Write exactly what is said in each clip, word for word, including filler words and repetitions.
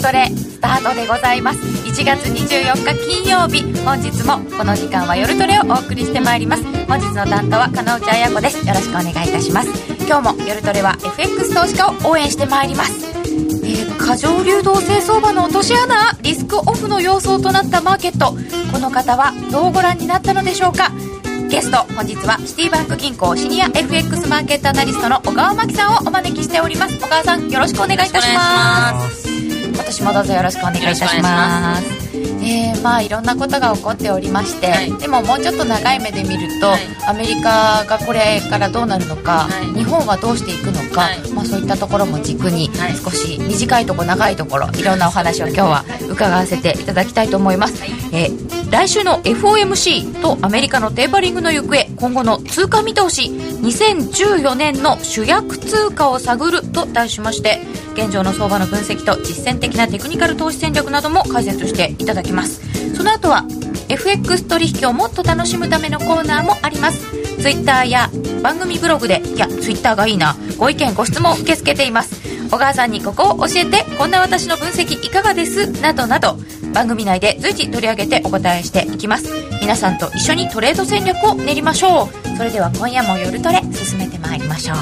トレスタートでございます。いちがつにじゅうよっか金曜日、本日もこの時間は夜トレをお送りしてまいります。本日の担当は金内彩子です。よろしくお願いいたします。今日も夜トレは エフエックス 投資家を応援してまいります。えー、過剰流動性相場の落とし穴、リスクオフの様相となったマーケット、この方はどうご覧になったのでしょうか。ゲスト、本日はシティバンク銀行シニア エフエックス マーケットアナリストの小川真紀さんをお招きしております。小川さん、よろしくお願いいたします。今年もどうぞよろしくお願いいたします。えー、まあいろんなことが起こっておりまして、はい、でももうちょっと長い目で見ると、はい、アメリカがこれからどうなるのか、はい、日本はどうしていくのか、はい、まあ、そういったところも軸に、はい、少し短いところ長いところいろんなお話を今日は伺わせていただきたいと思います。はい、えー、来週の エフオーエムシー とアメリカのテーパリングの行方、今後の通貨見通し、にせんじゅうよねんの主役通貨を探ると題しまして、現状の相場の分析と実践的なテクニカル投資戦略なども解説していただきます。その後は エフエックス 取引をもっと楽しむためのコーナーもあります。ツイッターや番組ブログで、いやツイッターがいいな、ご意見ご質問を受け付けています。小川さんにここを教えて、こんな私の分析いかがですなどなど、番組内で随時取り上げてお答えしていきます。皆さんと一緒にトレード戦略を練りましょう。それでは今夜も夜トレ進めてまいりましょう。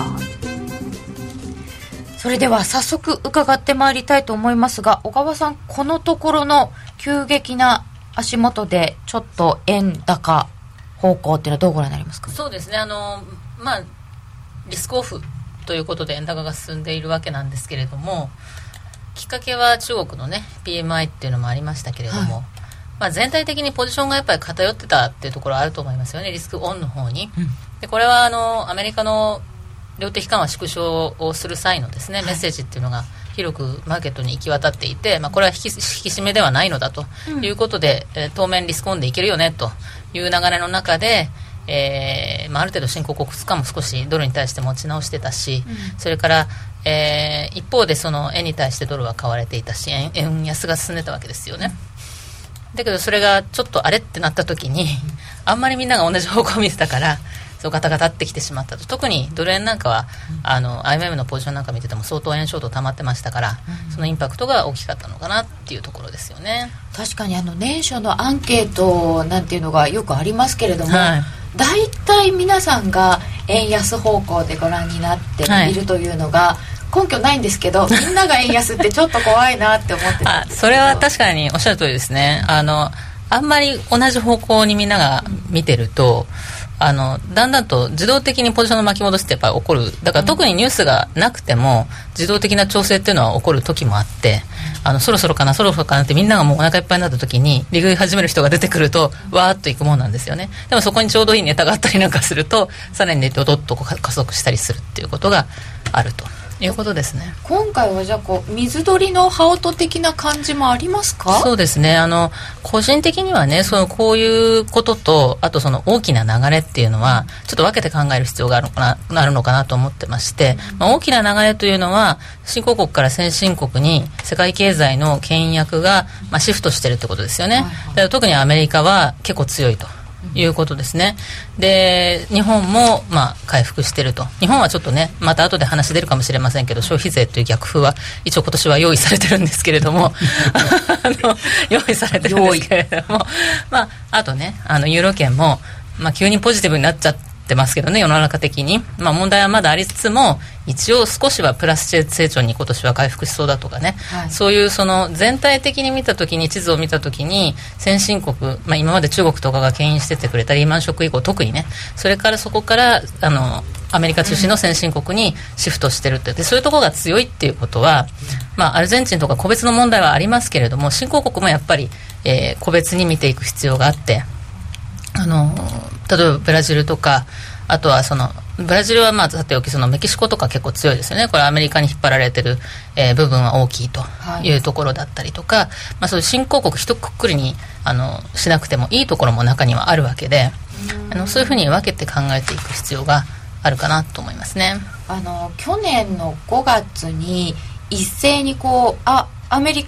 それでは早速伺ってまいりたいと思いますが、小川さん、このところの急激な足元でちょっと円高方向っていうのはどうご覧になりますか。 そうですね、あの、まあ、リスクオフということで円高が進んでいるわけなんですけれども、きっかけは中国のね ピーエムアイ っていうのもありましたけれども、はい、まあ、全体的にポジションがやっぱり偏ってたっていうところはあると思いますよね、リスクオンの方に。うん、でこれはあのアメリカの量的緩和縮小をする際のですね、メッセージっていうのが広くマーケットに行き渡っていて、まあ、これは引き、引き締めではないのだということで、うん、えー、当面リスクオンでいけるよねという流れの中で、えーまあ、ある程度新興国通も少しドルに対して持ち直してたし、うん、それから、えー、一方でその円に対してドルは買われていたし、 円, 円安が進んでたわけですよね。だけどそれがちょっとあれってなった時に、あんまりみんなが同じ方向を見てたから、そうガタガタってきてしまったと。特にドル円なんかは、うん、あの アイエムエム のポジションなんか見てても相当円ショート溜まってましたから、うん、そのインパクトが大きかったのかなっていうところですよね。 確かにあの年初のアンケートなんていうのがよくありますけれども、はい、だいたい皆さんが円安方向でご覧になっているというのが、はい、根拠ないんですけど、みんなが円安ってちょっと怖いなって思ってたんですけど。あ、 それは確かにおっしゃる通りですね。あのあんまり同じ方向にみんなが見てると、あのだんだんと自動的にポジションの巻き戻しってやっぱり起こる。だから特にニュースがなくても自動的な調整っていうのは起こる時もあって、あのそろそろかなそろそろかなってみんながもうお腹いっぱいになった時に利食い始める人が出てくるとわーっといくもんなんですよね。でもそこにちょうどいいネタがあったりなんかすると、さらにドドッと加速したりするっていうことがあるということですね。 今回はじゃあこう水鳥の羽音的な感じもありますか。 そうですね、あの個人的にはね、そのこういうことと、あとその大きな流れっていうのはちょっと分けて考える必要があるのかな、なるのかなと思ってまして、まあ、大きな流れというのは新興国から先進国に世界経済の牽引役が、まあ、シフトしてるってことですよね。はいはい、だから特にアメリカは結構強いということですね。で日本もまあ回復していると。日本はちょっとね、また後で話出るかもしれませんけど、消費税という逆風は一応今年は用意されてるんですけれどもあの用意されてるんですけれども、まあ、あとね、あのユーロ圏も、まあ、急にポジティブになっちゃってますけどね、世の中的に、まあ、問題はまだありつつも一応少しはプラス成長に今年は回復しそうだとかね、はい、そういうその全体的に見たときに、地図を見たときに先進国、まあ、今まで中国とかが牽引しててくれたリーマンショック以降特にね、それからそこからあのアメリカ中心の先進国にシフトしてるって、でそういうところが強いっていうことは、まあ、アルゼンチンとか個別の問題はありますけれども、新興国もやっぱり、えー、個別に見ていく必要があって、あの例えばブラジルとか、あとはそのブラジルはまあさておき、そのメキシコとか結構強いですよね。これアメリカに引っ張られてる、えー、部分は大きいというところだったりとか、はい、まあ、そういう新興国一括りにあのしなくてもいいところも中にはあるわけで、あのそういうふうに分けて考えていく必要があるかなと思いますね。 あの去年のごがつに一斉にこうあアメリカ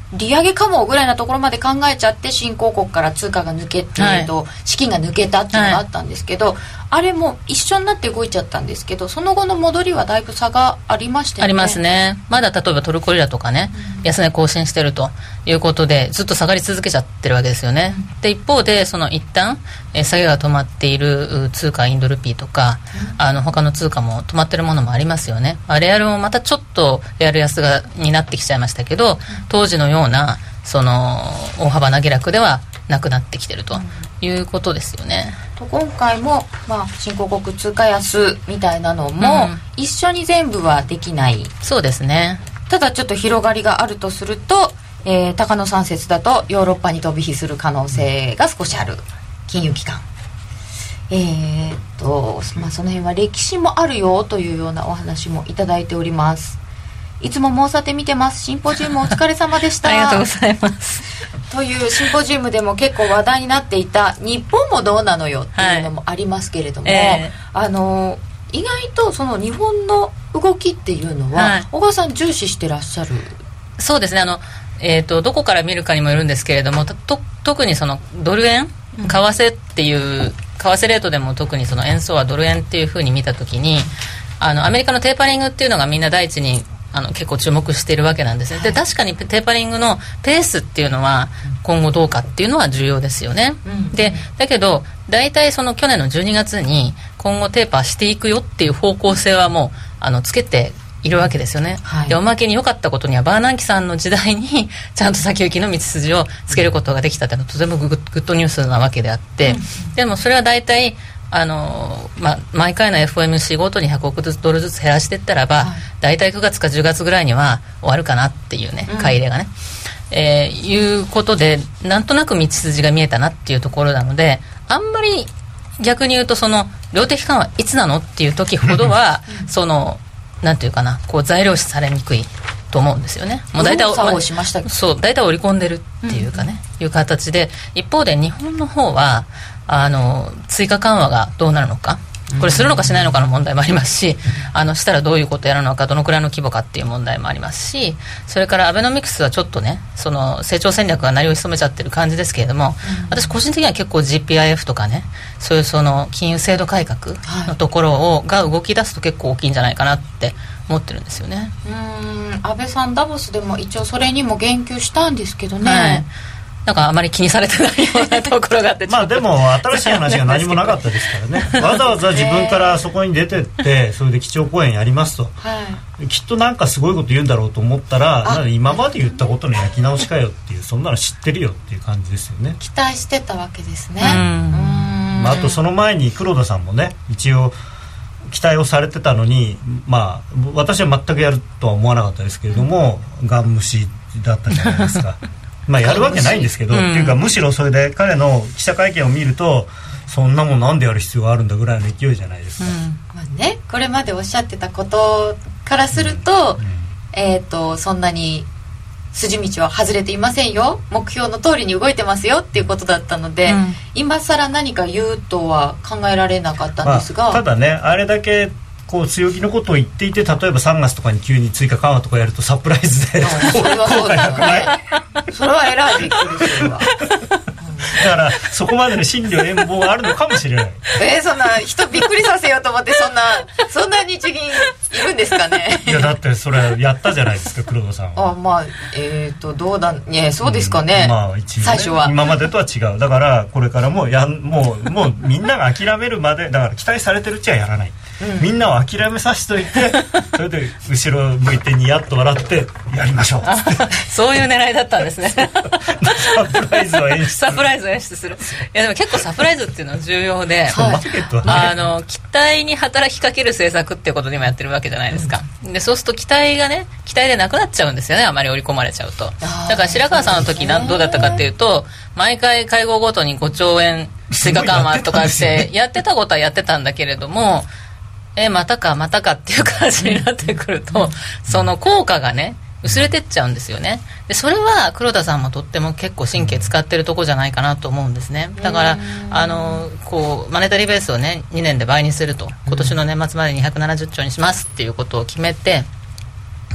利上げかもぐらいなところまで考えちゃって新興国から通貨が抜けて、はい、と資金が抜けたっていうのがあったんですけど、はい、あれも一緒になって動いちゃったんですけど、その後の戻りはだいぶ差がありましたよね。 ありますね。まだ例えばトルコリラとかね、うん、安値更新してるということでずっと下がり続けちゃってるわけですよね、うん、で一方でその一旦、えー、下げが止まっている通貨インドルピーとか、うん、あの他の通貨も止まってるものもありますよね、まあ、レアルもまたちょっとレアル安がになってきちゃいましたけど、うん、当時のようなその大幅な下落ではなくなってきてるということですよね、 うん、と今回も、まあ、新興国通貨安みたいなのも、うん、一緒に全部はできない。 そうですね。 ただちょっと広がりがあるとすると、えー、高野さん説だとヨーロッパに飛び火する可能性が少しある金融機関、えーっとまあ、その辺は歴史もあるよというようなお話もいただいております。いつも申さて見てます。シンポジウムお疲れ様でしたありがとうございますというシンポジウムでも結構話題になっていた日本もどうなのよっていうのもありますけれども、はいえー、あの意外とその日本の動きっていうのは、はい、小川さん重視してらっしゃる。 そうですね。あの、えーと、どこから見るかにもよるんですけれども、と特にそのドル円為替っていう、うん、為替レートでも特にその円相場ドル円っていう風に見たときに、あのアメリカのテーパリングっていうのがみんな第一にあの結構注目しているわけなんですね。で確かにテーパリングのペースっていうのは今後どうかっていうのは重要ですよね、うん、でだけど大体その去年のじゅうにがつに今後テーパーしていくよっていう方向性はもうあのつけているわけですよね、はい、でおまけに良かったことにはバーナンキさんの時代にちゃんと先行きの道筋をつけることができたっていうのはとてもグッドニュースなわけであって、うん、でもそれは大体あのまあ、毎回の エフオーエムシー ごとにひゃくおくドルずつ減らしていったらば、はい、大体くがつかじゅうがつぐらいには終わるかなっていうね、買い入れがね、うんえー、いうことでなんとなく道筋が見えたなっていうところなので、あんまり逆に言うとその量的緩和いつなのっていう時ほどはそのなんていうかなこう材料視されにくいと思うんですよね。 もう大体をしましたけど、 そう大体織り込んでるっていうかね、うん、いう形で、一方で日本の方はあの追加緩和がどうなるのか、これするのかしないのかの問題もありますし、あのしたらどういうことをやるのか、どのくらいの規模かっていう問題もありますし、それからアベノミクスはちょっとねその成長戦略が鳴りを潜めちゃってる感じですけれども、うん、私個人的には結構 ジーピーアイエフ とかね、そういうその金融制度改革のところを、はい、が動き出すと結構大きいんじゃないかなって思ってるんですよね。 うーん安倍さんダボスでも一応それにも言及したんですけどね、はいなんかあまり気にされてないようなところがあってまあでも新しい話が何もなかったですからねわざわざ自分からそこに出てってそれで基調講演やりますと、はい、きっとなんかすごいこと言うんだろうと思ったらなんか今まで言ったことの焼き直しかよっていう、そんなの知ってるよっていう感じですよね。 期待してたわけですね。 うん、まあ、あとその前に黒田さんもね一応期待をされてたのに、まあ私は全くやるとは思わなかったですけれども、ガン無視だったじゃないですかまあやるわけないんですけど、うん、っていうかむしろそれで彼の記者会見を見るとそんなもんなんでやる必要があるんだぐらいの勢いじゃないですか、うんまあね、これまでおっしゃってたことからすると、うんうんえー、とそんなに筋道は外れていませんよ、目標の通りに動いてますよっていうことだったので、うん、今更何か言うとは考えられなかったんですが、 まあ、ただねあれだけこう強気のことを言っていて、例えばさんがつとかに急に追加緩和とかやるとサプライズでそれはそうですよねそれはえらいびっくりするわだからそこまでの心理遠望があるのかもしれないえー、そんな人びっくりさせようと思ってそんなそんな日銀いるんですかねいやだってそれやったじゃないですか黒田さんは。 あまあえーとどうだいやそうですかね、うん、まあ一応ね、最初は今までとは違う。だからこれからもやんもうもうみんなが諦めるまでだから期待されてるうちはやらない、うん、みんなを諦めさせといてそれで後ろ向いてニヤッと笑ってやりましょうってそういう狙いだったんですねサプライズを演出サプライズを演出する。いやでも結構サプライズっていうのは重要で、 そうマーケットはね、 あの期待に働きかける政策っていうことにもやってるわけじゃないですか、うん、でそうすると期待がね期待でなくなっちゃうんですよね、あまり織り込まれちゃうと。だから白川さんの時などうだったかっていうと、毎回会合ごとにごちょうえん追加緩和とかしてやってたことはやってたんだけれども、えまたかまたかっていう感じになってくると、その効果がね薄れてっちゃうんですよね。でそれは黒田さんもとっても結構神経使ってるとこじゃないかなと思うんですね。だからあのこうマネタリーベースをねにねんで倍にすると、今年の年末までにひゃくななじゅっちょうにしますっていうことを決めて、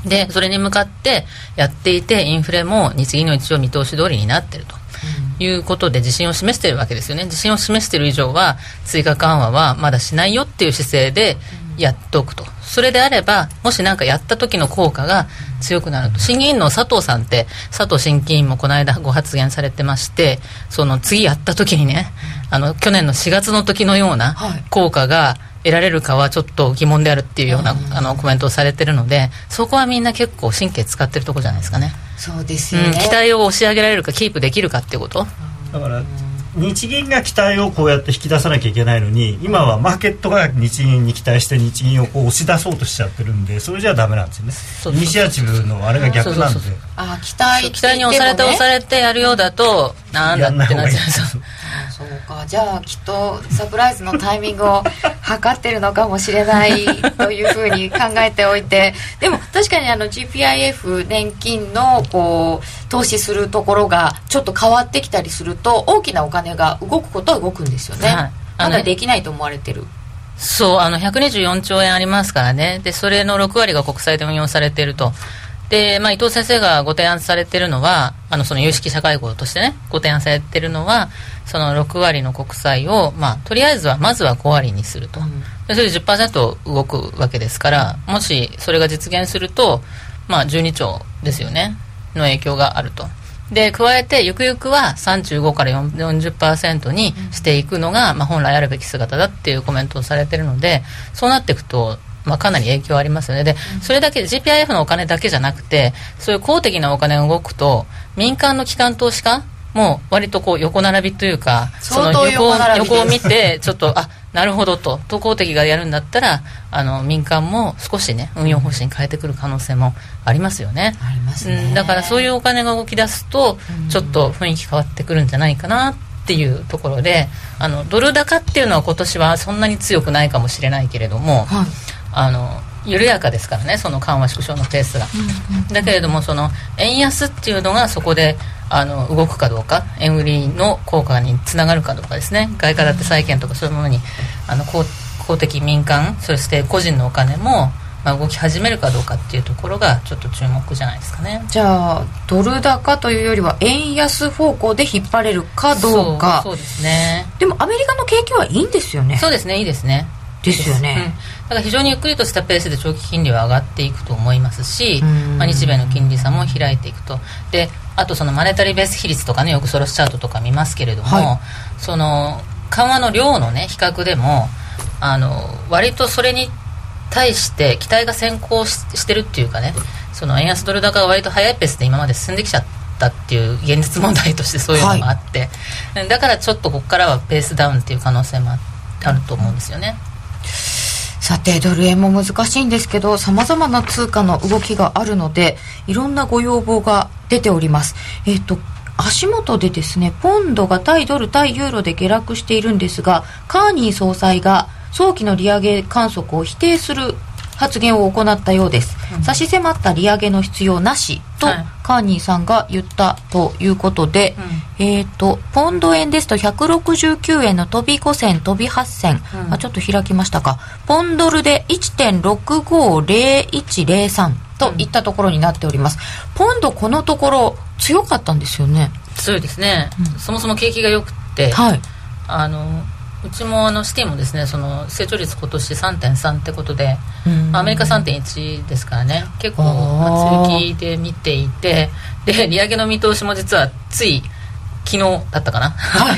でそれに向かってやっていて、インフレも日銀の一応見通し通りになっているということで自信を示しているわけですよね。自信を示している以上は追加緩和はまだしないよっていう姿勢でやっておくと。それであれば、もし何かやった時の効果が強くなると。審議員の佐藤さんって佐藤審議員もこの間ご発言されてまして、その次やった時にね、あの去年のしがつの時のような効果が得られるかはちょっと疑問であるっていうような、あのコメントをされているので、そこはみんな結構神経使ってるところじゃないですかね。 そうですよね、うん、 期待を押し上げられるかキープできるかっていうこと。 だから日銀が期待をこうやって引き出さなきゃいけないのに、今はマーケットが日銀に期待して日銀をこう押し出そうとしちゃってるんで、それじゃダメなんですよね。そうそうそう、イニシアチブのあれが逆なんで、そうそうそう、 あ期待、 期待に押されて押されてやるようだと、なんだってなっちゃう。 そうか、じゃあきっとサプライズのタイミングを測ってるのかもしれないというふうに考えておいて、でも確かにあの ジーピーアイエフ 年金のこう投資するところがちょっと変わってきたりすると、大きなお金が動くことは動くんですよね、はい、まだできないと思われてる。 そう、あのひゃくにじゅうよんちょうえんありますからね。でそれのろくわりが国債で運用されていると。で、まあ、伊藤先生がご提案されているのは、あのその有識者会合としてねご提案されているのは、そのろくわりの国債を、まあ、とりあえずはまずはごわりにすると、うん、でそれで じゅっパーセント 動くわけですから、もしそれが実現すると、まあ、じゅうにちょうですよねの影響があると。で加えてゆくゆくはさんじゅうごからよんじゅっパーセント にしていくのが、まあ、本来あるべき姿だっていうコメントをされているので、そうなっていくと、まあ、かなり影響ありますよね。でそれだけ ジーピーアイエフ のお金だけじゃなくて、そういう公的なお金が動くと、民間の機関投資家も割とこう横並びというか、その横、横を見てちょっとあなるほどと、と公的がやるんだったら、あの民間も少しね運用方針変えてくる可能性もありますよね。 ありますね、 うん、だからそういうお金が動き出すと、ちょっと雰囲気変わってくるんじゃないかなっていうところで、あのドル高っていうのは今年はそんなに強くないかもしれないけれども、はい、あの緩やかですからね、その緩和縮小のペースが、うんうん、だけれどもその円安っていうのがそこであの動くかどうか、円売りの効果につながるかどうかですね。外貨建て債券とかそういうものにあの 公, 公的民間、そして個人のお金も、まあ、動き始めるかどうかっていうところがちょっと注目じゃないですかね。 じゃあドル高というよりは円安方向で引っ張れるかどうか。 そう、そうですね。でもアメリカの景気はいいんですよね。 そうですね、いいですね。 ですよね、 うん、だから非常にゆっくりとしたペースで長期金利は上がっていくと思いますし、まあ、日米の金利差も開いていくと。であとそのマネタリーベース比率とかね、よくソロスチャートとか見ますけれども、はい、その緩和の量のね比較でも、あの割とそれに対して期待が先行 し, してるっていうかね、その円安ドル高が割と早いペースで今まで進んできちゃったっていう現実問題としてそういうのもあって、はい、だからちょっとここからはペースダウンっていう可能性もあると思うんですよね。 さてドル円も難しいんですけど、さまざまな通貨の動きがあるので、いろんなご要望が出ております。えっと足元でですね、ポンドが対ドル対ユーロで下落しているんですが、カーニー総裁が早期の利上げ観測を否定する発言を行ったようです、うん、差し迫った利上げの必要なしと、はい、カーニーさんが言ったということで、うん、えーとポンド円ですとひゃくろくじゅうきゅうえんの飛びごせん飛びはち銭、うん、あちょっと開きましたか。ポンドルで いってんろくごぜろいちぜろさん といったところになっております、うん、ポンドこのところ強かったんですよね。 強いですね、うん、そもそも景気が良くて、はい、あのうちもあのシティもですね、その成長率今年 さんてんさん ってことで、アメリカ さんてんいち ですからね、結構強気で見ていて、で利上げの見通しも実はつい昨日だったかな、はい、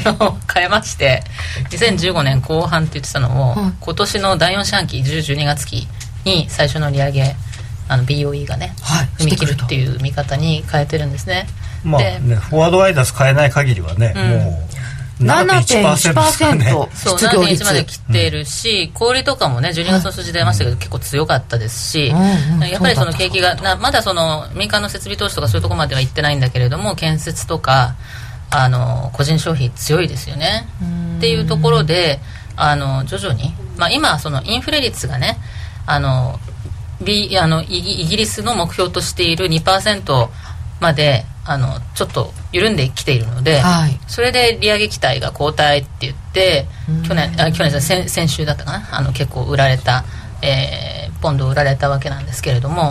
変えまして、にせんじゅうごねん後半って言ってたのを、はい、今年のだいよん四半期じゅう、じゅうにがつ期に最初の利上げ、あの ビーオーイー がね、はい、踏み切るっていう見方に変えてるんですね。 まあね、フォワードアイダス変えない限りはね、うん、もうななてんいちパーセントそう ななてんいち まで切っているし、うん、小売とかもねじゅうにがつの数字出ましたけど、うん、結構強かったですし、うんうん、やっぱりその景気がなまだその民間の設備投資とかそういうところまでは行ってないんだけれども、建設とかあの個人消費強いですよねっていうところで、あの徐々に、まあ、今そのインフレ率がね、あの、B、あのイギリスの目標としている にパーセント まであのちょっと緩んできているので、はい、それで利上げ期待が後退って言って去年あ去年じゃ先, 先週だったかな、あの結構売られた、えー、ポンド売られたわけなんですけれども、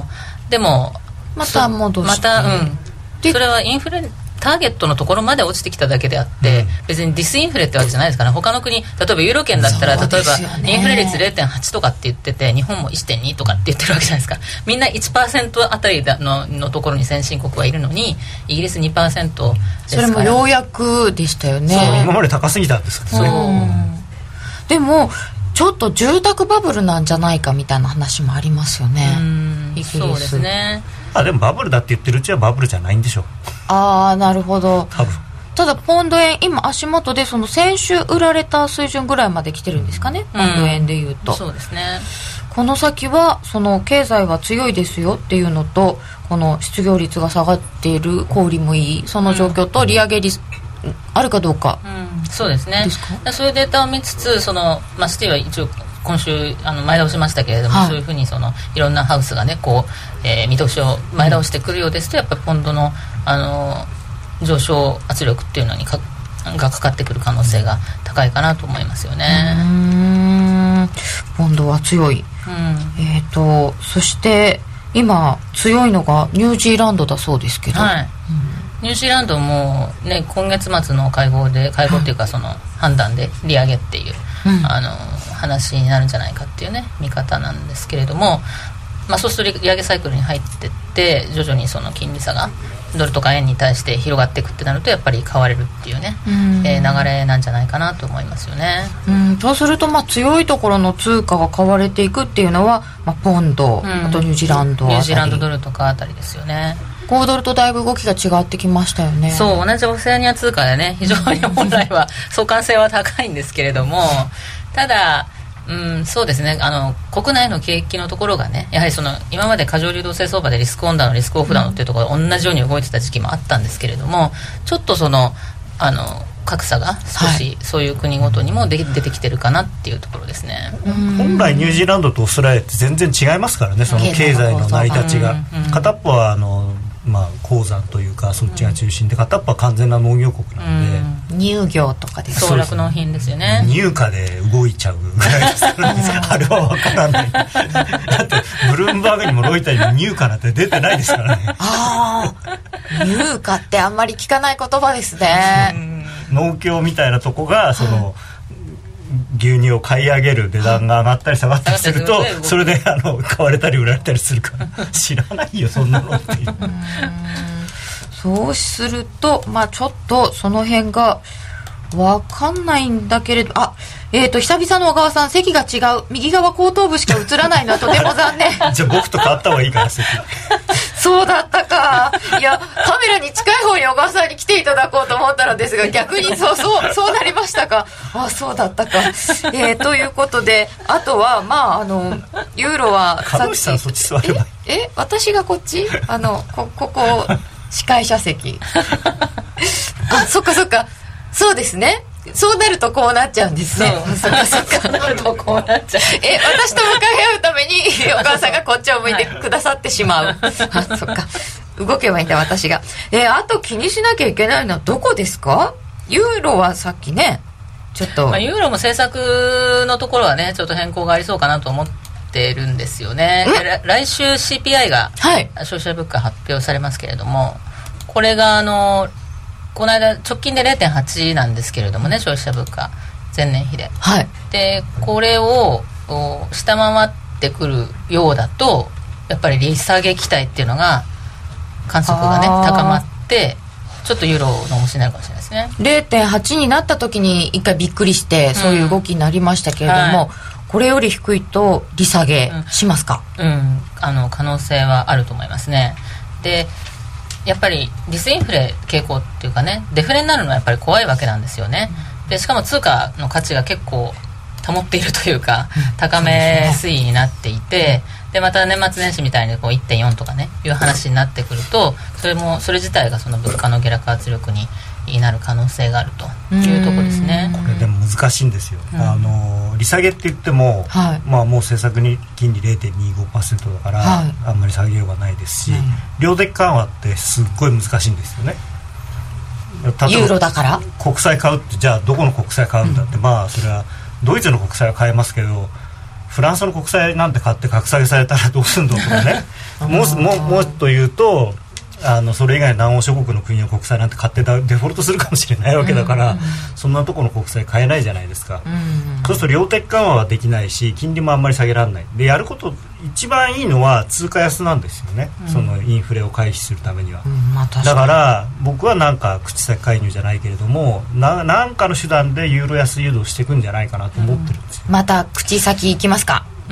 でもまた戻してまた、うん、それはインフレターゲットのところまで落ちてきただけであって、うん、別にディスインフレってわけじゃないですから、ね、他の国、例えばユーロ圏だったら、ね、例えばインフレ率 れいてんはち とかって言ってて日本も いってんに とかって言ってるわけじゃないですか。みんな いちパーセント あたりの、のところに先進国はいるのにイギリス にパーセント ですから。 それもようやくでしたよね。 今まで高すぎたんですか、ね、 でもちょっと住宅バブルなんじゃないかみたいな話もありますよね。 うんイギリス。 そうですね。 あでもバブルだって言ってるうちはバブルじゃないんでしょう。 ああなるほど。 多分ただポンド円今足元でその先週売られた水準ぐらいまで来てるんですかね、ポンド円でいうと、 うん、そうですね。 この先はその経済は強いですよっていうのと、この失業率が下がっている、小売りもいいその状況と利上げリス、うん、あるかどうか、 うん、そうですね。ですか。そういうデータを見つつ、その、まあ、シティは一応今週あの前倒しましたけれども、はい、そういうふうにそのいろんなハウスがねこう、えー、見通しを前倒してくるようですと、やっぱりポンドの、あの上昇圧力っていうのにかがかかってくる可能性が高いかなと思いますよね。 うーんポンドは強い、うんえー、とそして今強いのがニュージーランドだそうですけど、はいうん、ニュージーランドも、ね、今月末の会合で会合っていうかその判断で利上げっていう、うん、あの話になるんじゃないかっていうね見方なんですけれども、まあ、そうすると利上げサイクルに入っていって徐々にその金利差がドルとか円に対して広がっていくってなるとやっぱり買われるっていうね、うんえー、流れなんじゃないかなと思いますよね。 うんそうするとまあ強いところの通貨が買われていくっていうのは、まあ、ポンド、うん、あとニュージーランドあたり、 ニュージーランドドルとかあたりですよね。 ごドルとだいぶ動きが違ってきましたよね。 そう同じオセアニア通貨でね非常に本来は相関性は高いんですけれどもただうん、そうですね。あの国内の景気のところがねやはりその今まで過剰流動性相場でリスクオンだのリスクオフだのっていうところで同じように動いてた時期もあったんですけれども、ちょっとそのあの格差が少しそういう国ごとにもで出てきてるかなっていうところですね。 本来ニュージーランドとオーストラリアって全然違いますからね、その経済の成り立ちが、うんうん、片っぽはあのまあ、鉱山というかそっちが中心で、片っぽは完全な農業国なんで、 うん、乳業とかです総酪農品ですよね。 乳価で動いちゃうぐらいですからねあれは分からないだってブルームバーグにもロイターにも乳価なんて出てないですからねああ乳価ってあんまり聞かない言葉ですね農協みたいなとこがその、はい牛乳を買い上げる値段が上がったり下がったりすると、それであの買われたり売られたりするから知らないよそんなのっていううんそうすると、まあ、ちょっとその辺が分かんないんだけれど、あ、えーと久々の小川さん席が違う、右側後頭部しか映らないのはとても残念じゃあ僕と変わった方がいいから席そうだったか。いやカメラに近い方に小川さんに来ていただこうと思ったのですが逆にそうそうそうなりましたか。あそうだったか、えー、ということであとはまああのユーロはさっきさんそっち座ればいい。 ええ私がこっちあの こ, ここ司会者席あそっかそっかそうですね。そうなるとこうなっちゃうんですね。 そうそっかそっかなるとこうなっちゃうえ私と向かい合うためにお母さんがこっちを向いてくださってしまう、はい、あそっか動けばいいんだ私が。えあと気にしなきゃいけないのはどこですか。ユーロはさっきねちょっと、 まあ、ユーロも政策のところはねちょっと変更がありそうかなと思ってるんですよね。来週 シーピーアイ が、はい、消費者物価発表されますけれども、これがあのこの間直近で れいてんはち なんですけれどもね消費者物価前年比で、 はい、 でこれを下回ってくるようだとやっぱり利下げ期待っていうのが観測がね高まってちょっとユーロの重しになるかもしれないですね。 れいてんはち になった時に一回びっくりしてそういう動きになりましたけれども、うんはい、これより低いと利下げしますか。 うん、うん、あの可能性はあると思いますね。でやっぱりディスインフレ傾向っていうかねデフレになるのはやっぱり怖いわけなんですよね。でしかも通貨の価値が結構保っているというか高め推移になっていて、でまた年末年始みたいにこう いってんよん とかねいう話になってくるとそれもそれ自体がその物価の下落圧力になる可能性があるというところですね。 これでも難しいんですよ、うん、あの利下げって言っても、はいまあ、もう政策に金利 れいてんにじゅうごパーセント だから、はい、あんまり下げようがないですし、うん、量的緩和ってすっごい難しいんですよね。 ユーロだから国債買うってじゃあどこの国債買うんだって、うん、まあそれはドイツの国債は買えますけどフランスの国債なんて買って格下げされたらどうするんだとかねもうももっと言うとあのそれ以外の南欧諸国の国の国債なんて買ってデフォルトするかもしれないわけだから、うんうん、そんなところの国債買えないじゃないですか、うんうん、そうすると量的緩和はできないし金利もあんまり下げられないでやること一番いいのは通貨安なんですよね、うん、そのインフレを回避するためには、うんまあ、確かにだから僕はなんか口先介入じゃないけれども な, なんかの手段でユーロ安誘導していくんじゃないかなと思ってるんですよ、 うん、また口先いきますか。 うん、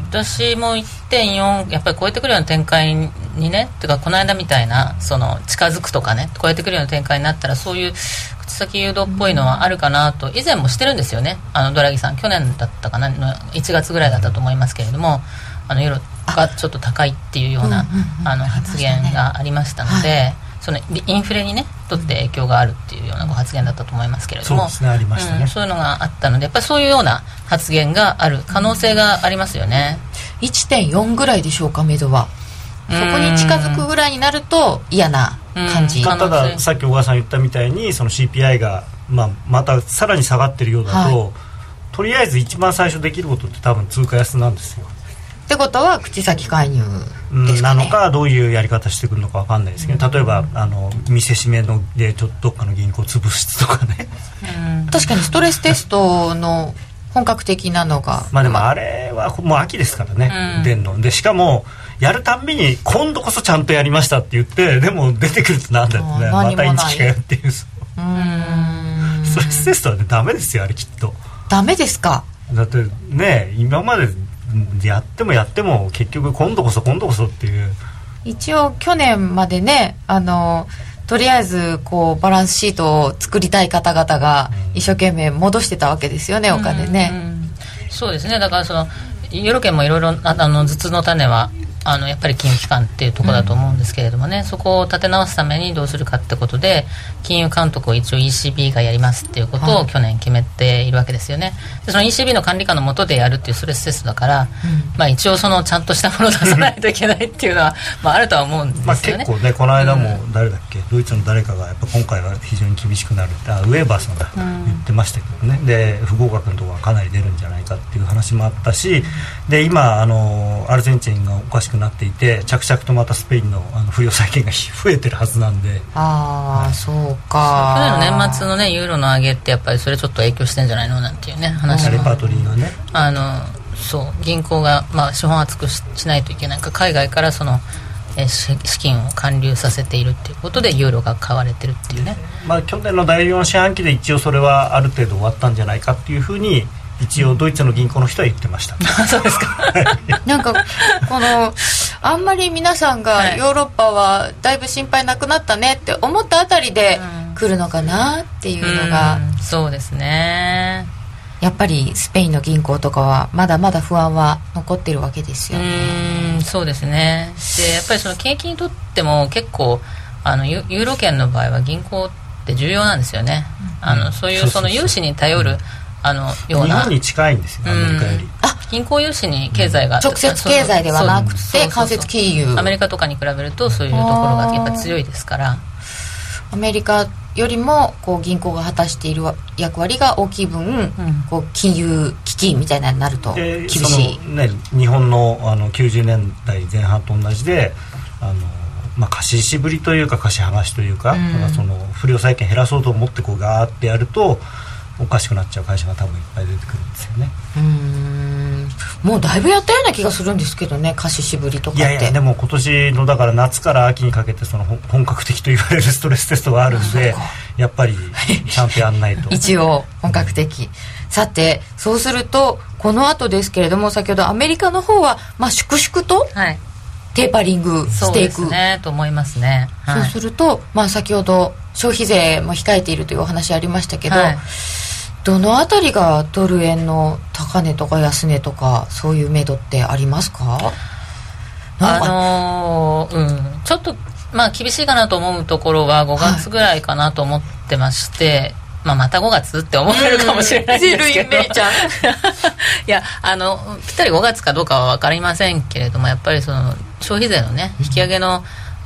私も いってんよん やっぱり超えてくるような展開にねてかこの間みたいなその近づくとかね超えてくるような展開になったらそういう口先誘導っぽいのはあるかなと以前もしてるんですよね。あのドラギさん去年だったかなのいちがつぐらいだったと思いますけれどもあのユーロがちょっと高いっていうようなあの発言がありましたので、はいそのインフレにねとって影響があるっていうようなご発言だったと思いますけれども、 そうですねありましたね、 うん、そういうのがあったのでやっぱりそういうような発言がある可能性がありますよね。 いってんよん ぐらいでしょうか目処は。そこに近づくぐらいになると嫌な感じ。 たださっき小川さん言ったみたいにその シーピーアイ が、まあ、またさらに下がってるようだと、はい、とりあえず一番最初できることって多分通貨安なんですよ。 ってことは口先介入ですかね、 なのかどういうやり方してくるのか分かんないですけど、うん、例えばあの見せしめのでちょっとどっかの銀行潰すとかね、 うん、確かにストレステストの本格的なのがまあでもあれはもう秋ですからね、うん、出んのでしかもやるたんびに今度こそちゃんとやりましたって言ってでも出てくるとなんだってねまたインチキかよっていううーんストレステストはねダメですよあれきっと。 ダメですか。 だってね今までやってもやっても結局今度こそ今度こそっていう。 一応去年までねあのとりあえずこうバランスシートを作りたい方々が一生懸命戻してたわけですよね、うん、お金ね、うんうん、 そうですね。だからそのユーロ圏もいろいろあの頭痛の種はあのやっぱり金融機関っていうところだと思うんですけれどもね、うん、そこを立て直すためにどうするかってことで金融監督を一応 イーシービー がやりますっていうことを去年決めているわけですよね。でその イーシービー の管理下の下でやるっていうストレステストだから、うんまあ、一応そのちゃんとしたものを出さないといけないっていうのはまああるとは思うんですよね、 まあ、結構ねこの間も誰だっけ、うん、ドイツの誰かがやっぱ今回は非常に厳しくなるってあウェーバーさんが言ってましたけどね、うん、で不合格のところがかなり出るんじゃないかっていう話もあったし、で今あのアルゼンチンがおかしくなっていて着々とまたスペイン の, あの不良債権が増えてるはずなんで。 ああ、はい、そうか。 去年の年末のねユーロの上げってやっぱりそれちょっと影響してんじゃないのなんていうね話がレパートリーがねあのそう銀行が、まあ、資本厚く し, しないといけないか海外からそのえ資金を還流させているっていうことでユーロが買われてるっていうね、 まあ、去年のだいよん四半期で一応それはある程度終わったんじゃないかっていうふうに一応ドイツの銀行の人は言ってましたそうですかなんかこのあんまり皆さんがヨーロッパはだいぶ心配なくなったねって思ったあたりで来るのかなっていうのが、 うん、そうですね。 やっぱりスペインの銀行とかはまだまだ不安は残ってるわけですよね。 うんそうですね。でやっぱりその景気にとっても結構あのユーロ圏の場合は銀行って重要なんですよね、うん、あのそういうその融資に頼る、うんあのような日本に近いんですよ、アメリカより。 あ銀行融資に経済が、うん、 直接経済ではなくて間接金融。 アメリカとかに比べるとそういうところがやっぱ強いですから、 アメリカよりもこう銀行が果たしている役割が大きい分、うん、こう金融危機みたいなになると厳しい、 ね、日本 の, あのきゅうじゅうねんだいぜん半と同じであの、まあ、貸ししぶりというか貸し剥がしというか、うん、その不良債権減らそうと思ってこうガーってやるとおかしくなっちゃう会社が多分いっぱい出てくるんですよね。 うーんもうだいぶやったような気がするんですけどね貸ししぶりとかって。 いやいやでも今年のだから夏から秋にかけてその本格的と言われるストレステストがあるんでやっぱりちゃんとやんないと一応本格的、うん、さてそうするとこの後ですけれども先ほどアメリカの方は、まあ、粛々と、はいテーパリングしていく。 そうですねと思いますね、 はい、そうすると、まあ、先ほど消費税も控えているというお話ありましたけど、はい、どのあたりがドル円の高値とか安値とかそういう目処ってありますか？ あのー、うんちょっとまあ厳しいかなと思うところはごがつぐらいかなと思ってまして、はいまあ、またごがつって思えるかもしれないですけど、うん、いやあのぴったりごがつかどうかは分かりませんけれどもやっぱりその消費税のね引き上げの、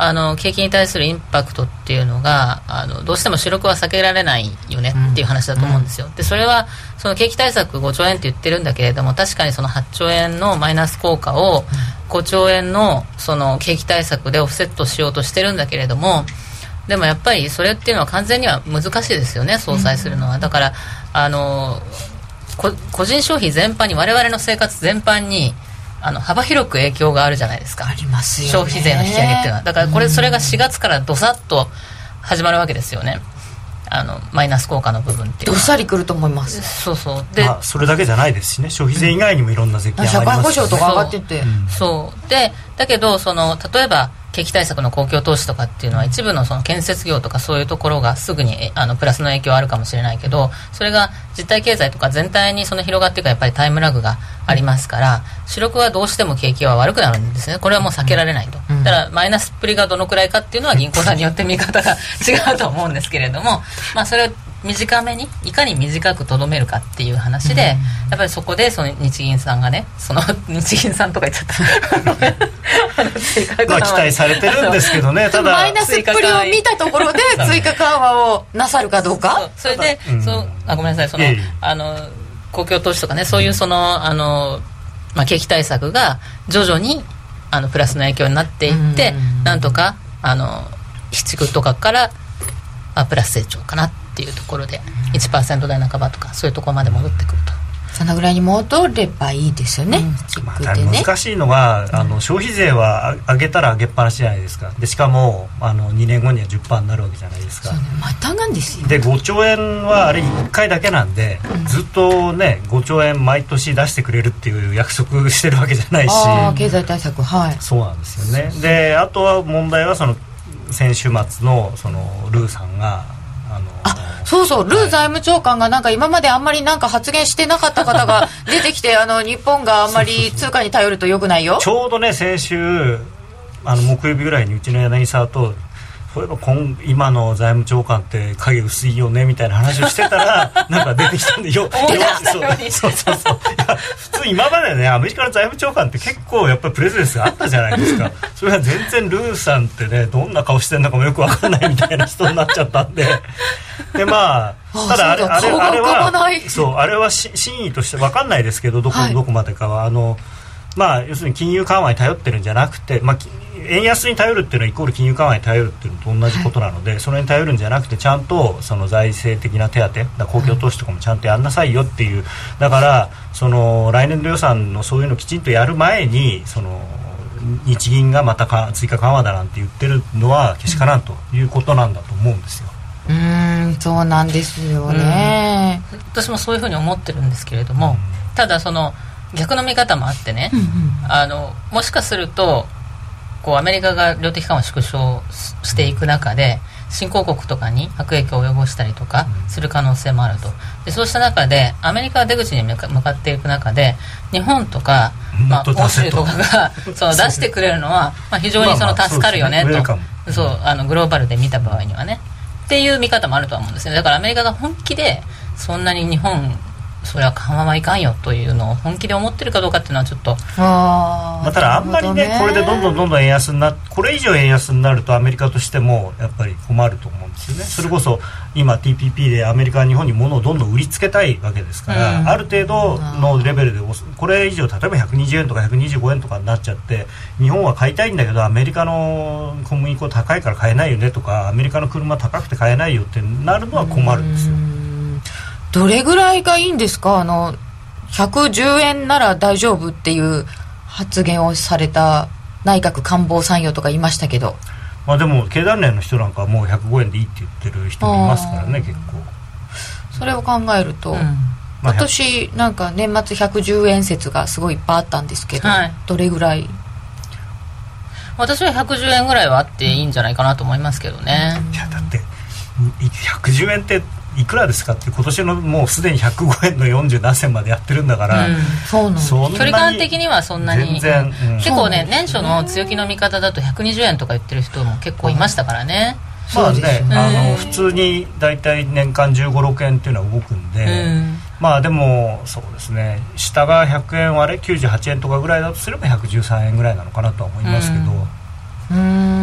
あの景気に対するインパクトっていうのがあのどうしても主力は避けられないよねっていう話だと思うんですよ、うん、でそれはその景気対策ごちょうえんって言ってるんだけれども、確かにそのはっちょうえんのマイナス効果をごちょうえんのその景気対策でオフセットしようとしてるんだけれども、でもやっぱりそれっていうのは完全には難しいですよね、相殺するのは。だからあの個人消費全般に、我々の生活全般にあの幅広く影響があるじゃないですか。 ありますよね、 消費税の引き上げっていうのは。だからこれ、それがしがつからどさっと始まるわけですよね、あのマイナス効果の部分っていうのは。 どっさりくると思います。 そうそうで、 まあ、それだけじゃないですしね、消費税以外にもいろんな税金上がりますからね、 社会保障とか上がってて、 そう、うん、そうでだけどその例えば景気対策の公共投資とかっていうのは一部のその建設業とかそういうところがすぐにあのプラスの影響はあるかもしれないけど、それが実体経済とか全体にその広がっていくやっぱりタイムラグがありますから、主力はどうしても景気は悪くなるんですね。これはもう避けられないと、うん、だからマイナスっぷりがどのくらいかっていうのは銀行さんによって見方が違うと思うんですけれども、まあそれを短めにいかに短くとどめるかっていう話で、うん、やっぱりそこでその日銀さんがね、その日銀さんとか言っちゃったまあ期待されてるんですけどね、ただマイナスっぷりを見たところで追加緩和をなさるかどうか、 そ, それで、うん、そうあごめんなさい、その、あの公共投資とかね、そういうそのあの、まあ、景気対策が徐々にあのプラスの影響になっていって、うん、なんとかあのしちぐとかから、まあ、プラス成長かなっていうところで いちパーセント 台半ばとかそういうところまで戻ってくると、 そのぐらいに戻ればいいですよね、うん、 まあ、難しいのがあの消費税は上げたら上げっぱなしじゃないですか。でしかもあのにねんごには じゅっパーセント になるわけじゃないですか。 そうね、またがんですよ。 でごちょうえんはあれいっかいだけなんで、うん、ずっとねごちょうえん毎年出してくれるっていう約束してるわけじゃないし、 あ経済対策、はい、 そうなんですよね。であとは問題はその先週末のそのルーさんがあのあそうそう、ルー財務長官がなんか今まであんまりなんか発言してなかった方が出てきてあの日本があんまり通貨に頼ると良くないよ。 ちょうどね先週あの木曜日ぐらいにうちの柳沢とそういえば今, 今の財務長官って影薄いよねみたいな話をしてたらなんか出てきたんでよそうそうそうそう普通今までねアメリカの財務長官って結構やっぱりプレゼンスがあったじゃないですかそれは全然ルーさんってねどんな顔してんのかもよくわからないみたいな人になっちゃったんででまあただあれあれあれはそうあれは真意としてわかんないですけどどこ、はい、どこまでかはあのまあ要するに金融緩和に頼ってるんじゃなくて、まあ円安に頼るっていうのはイコール金融緩和に頼るっていうのと同じことなので、はい、それに頼るんじゃなくてちゃんとその財政的な手当だ公共投資とかもちゃんとやんなさいよっていう、だからその来年度予算のそういうのをきちんとやる前にその日銀がまたか追加緩和だなんて言ってるのはけしからんということなんだと思うんですよ。 うーんそうなんですよね、 うん、私もそういうふうに思ってるんですけれども、うん、ただその逆の見方もあってね、うんうん、あのもしかするとこうアメリカが量的緩和縮小していく中で新興国とかに悪影響を及ぼしたりとかする可能性もあると。でそうした中でアメリカが出口に向かっていく中で日本とか、まあ、欧州とかがその出してくれるのは、まあ、非常にその助かるよねと、そうあのグローバルで見た場合にはねっていう見方もあるとは思うんですね。だからアメリカが本気でそんなに日本それは緩和はいかんよというのを本気で思ってるかどうかっていうのはちょっとあ、 まあ、ただあんまり ね, ねこれでどんどんどんどん円安になこれ以上円安になるとアメリカとしてもやっぱり困ると思うんですよね。それこそ今 ティーピーピー でアメリカは日本に物をどんどん売りつけたいわけですから、うん、ある程度のレベルでこれ以上例えばひゃくにじゅうえんとかひゃくにじゅうごえんとかになっちゃって日本は買いたいんだけどアメリカの小麦粉高いから買えないよねとかアメリカの車高くて買えないよってなるのは困るんですよ。 どれぐらいがいいんですか？あのひゃくじゅうえんなら大丈夫っていう発言をされた内閣官房参与とかいましたけど、 まあ、でも経団連の人なんかはもうひゃくごえんでいいって言ってる人もいますからね。結構それを考えると、うん、今年なんか年末ひゃくじゅうえん説がすごいいっぱいあったんですけど、はい、どれぐらい？ 私はひゃくじゅうえんぐらいはあっていいんじゃないかなと思いますけどね。 いやだってひゃくじゅうえんっていくらですかって今年のもうすでにひゃくごえんのよんじゅう何銭までやってるんだから、うん、 そうなんそんなに距離感的にはそんなに全然、うん、 結構ね年初の強気の見方だとひゃくにじゅうえんとか言ってる人も結構いましたからね、 うん、まあね、あの普通にだいたい年間じゅうご、ろくえんっていうのは動くんで、うん、まあでもそうですね下がひゃくえん割れきゅうじゅうはちえんとかぐらいだとすればひゃくじゅうさんえんぐらいなのかなとは思いますけど、 うんうーん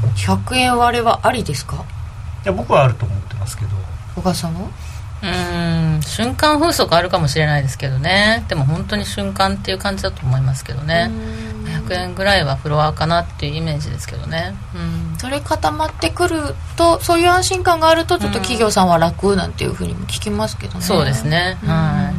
ひゃくえん割れはありですか？ いや僕はあると思ってますけど。 小川さんは？ うーん瞬間風速あるかもしれないですけどね。でも本当に瞬間っていう感じだと思いますけどね。ひゃくえんぐらいはフロアかなっていうイメージですけどね。うんそれ固まってくると、そういう安心感があるとちょっと企業さんは楽なんていうふうにも聞きますけどね。 そうですね、はい。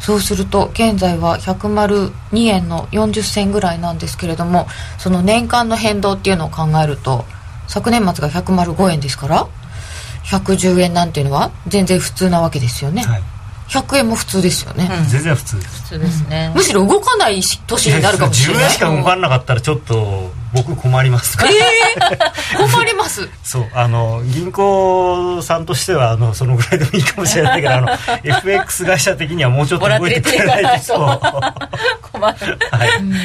そうすると現在はひゃくにえんのよんじゅっせんぐらいなんですけれども、その年間の変動っていうのを考えると昨年末がひゃくごえんですからひゃくじゅうえんなんていうのは全然普通なわけですよね、はい、ひゃくえんも普通ですよね、 うん、全然普通です普通ですね、 うん、むしろ動かない年になるかもしれない。 じゅうえんしか動かなかったらちょっと僕困りますえー、困りますそうあの銀行さんとしてはあのそのぐらいでもいいかもしれないけどあのエフエックス 会社的にはもうちょっと動いてくれないと困る、はい、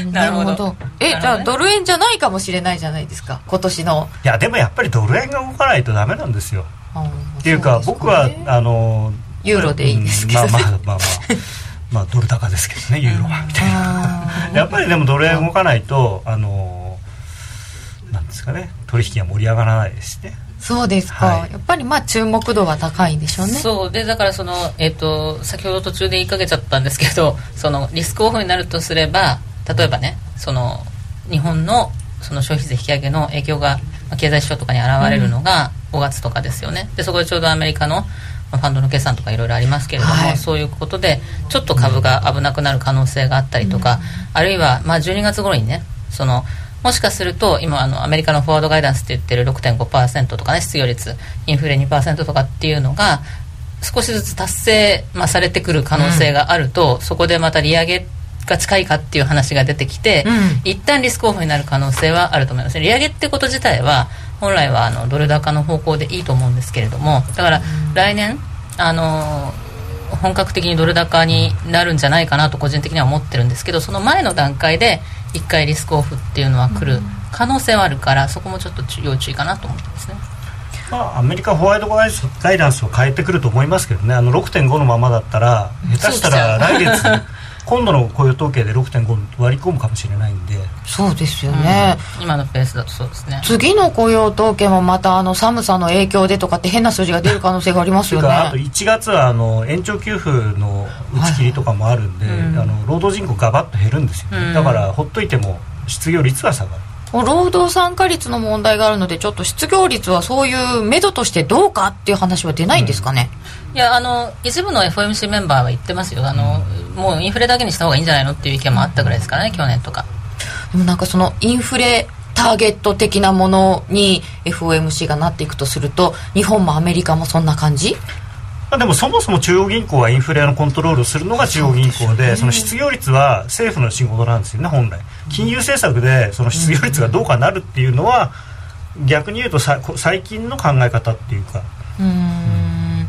なるほど。え、じゃあドル円じゃないかもしれないじゃないですか今年の。 いやでもやっぱりドル円が動かないとダメなんですよ。っていうか僕はあのユーロでいいですけど、 うん、まあまあまあまあまあドル高ですけどねユーロはみたいなやっぱりでもドル円動かないとあのなんですかね取引が盛り上がらないですね。 そうですか、はい、やっぱりまあ注目度は高いんでしょうね。 そうでだからその、えー、と先ほど途中で言いかけちゃったんですけど、そのリスクオフになるとすれば例えばねその日本のその消費税引き上げの影響が経済指標とかに現れるのがごがつとかですよね、うん、でそこでちょうどアメリカのファンドの決算とかいろいろありますけれども、はい、そういうことでちょっと株が危なくなる可能性があったりとか、うん、あるいはまあじゅうにがつ頃にねそのもしかすると今あのアメリカのフォワードガイダンスって言ってる ろくてんごパーセント とかね失業率インフレ にパーセント とかっていうのが少しずつ達成、まあ、されてくる可能性があると、うん、そこでまた利上げが近いかっていう話が出てきて、うん、一旦リスクオフになる可能性はあると思います。利上げってこと自体は本来はあのドル高の方向でいいと思うんですけれども、だから来年あの本格的にドル高になるんじゃないかなと個人的には思ってるんですけど、その前の段階で一回リスクオフっていうのは来る可能性はあるから、そこもちょっと要注意かなと思ってますね。 まあ、アメリカホワイトガイダンスを変えてくると思いますけどね。あの ろくてんご のままだったら下手したら来月今度の雇用統計で ろくてんご 割り込むかもしれないんで。 そうですよね、 うん、今のペースだとそうですね。 次の雇用統計もまたあの寒さの影響でとかって変な数字が出る可能性がありますよね。 あといちがつはあの延長給付の打ち切りとかもあるんで、はい、あの労働人口ガバッと減るんですよ、ね、うん、だからほっといても失業率は下がる。 労働参加率の問題があるのでちょっと失業率はそういう目処としてどうかっていう話は出ないんですかね、 うん、いやあの一部の エフオーエムシー メンバーは言ってますよ。あの、うん、もうインフレだけにした方がいいんじゃないのっていう意見もあったぐらいですからね、去年とか。 でもなんかそのインフレターゲット的なものに エフオーエムシー がなっていくとすると日本もアメリカもそんな感じ？ でもそもそも中央銀行はインフレのコントロールをするのが中央銀行 で, で、ね、その失業率は政府の仕事なんですよね本来。金融政策でその失業率がどうかなるっていうのは、うん、逆に言うとさ最近の考え方っていうか、 うーん、うん、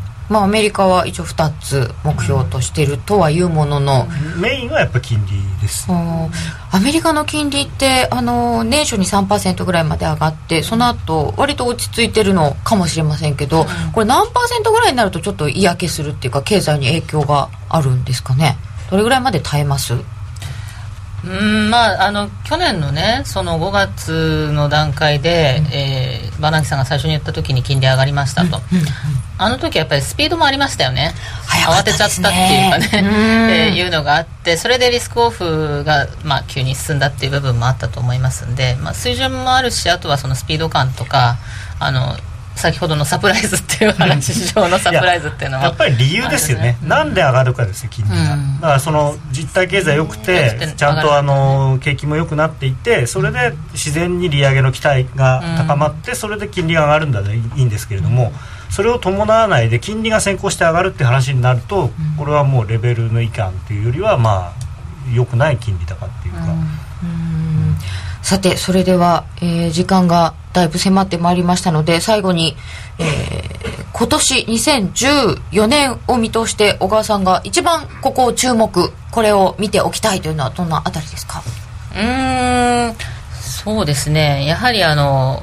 まあアメリカは一応ふたつ目標としているとはいうものの、 うん、メインはやっぱ金利です、 アメリカの金利ってあの年初に さんパーセント ぐらいまで上がってその後割と落ち着いてるのかもしれませんけど、うん、これ何パーセントぐらいになるとちょっと嫌気するっていうか経済に影響があるんですかね。どれぐらいまで耐えます？ うんまあ、あの去年のねそのごがつの段階で、うんえー、バーナンキさんが最初に言った時に金利上がりましたと、うんうんうん、あの時はやっぱりスピードもありましたよね。慌てちゃったっていうかねえー、いうのがあってそれでリスクオフが、まあ、急に進んだっていう部分もあったと思いますんで、まあ、水準もあるしあとはそのスピード感とかあの先ほどのサプライズっていう話市場のサプライズっていうのはや, やっぱり理由ですよね、うん、なんで上がるかですよ金利が、うん、だからその実体経済良くて、うん、ちゃんとあの景気も良くなっていてそれで自然に利上げの期待が高まってそれで金利が上がるんだらいいんですけれども、それを伴わないで金利が先行して上がるって話になるとこれはもうレベルのいかんっていうよりはまあ良くない金利高っていうか、うんうん、 さてそれでは、えー、時間がだいぶ迫ってまいりましたので最後に、えー、今年にせんじゅうよねんを見通して小川さんが一番ここを注目これを見ておきたいというのはどんなあたりですか？ うーんそうですねやはりあの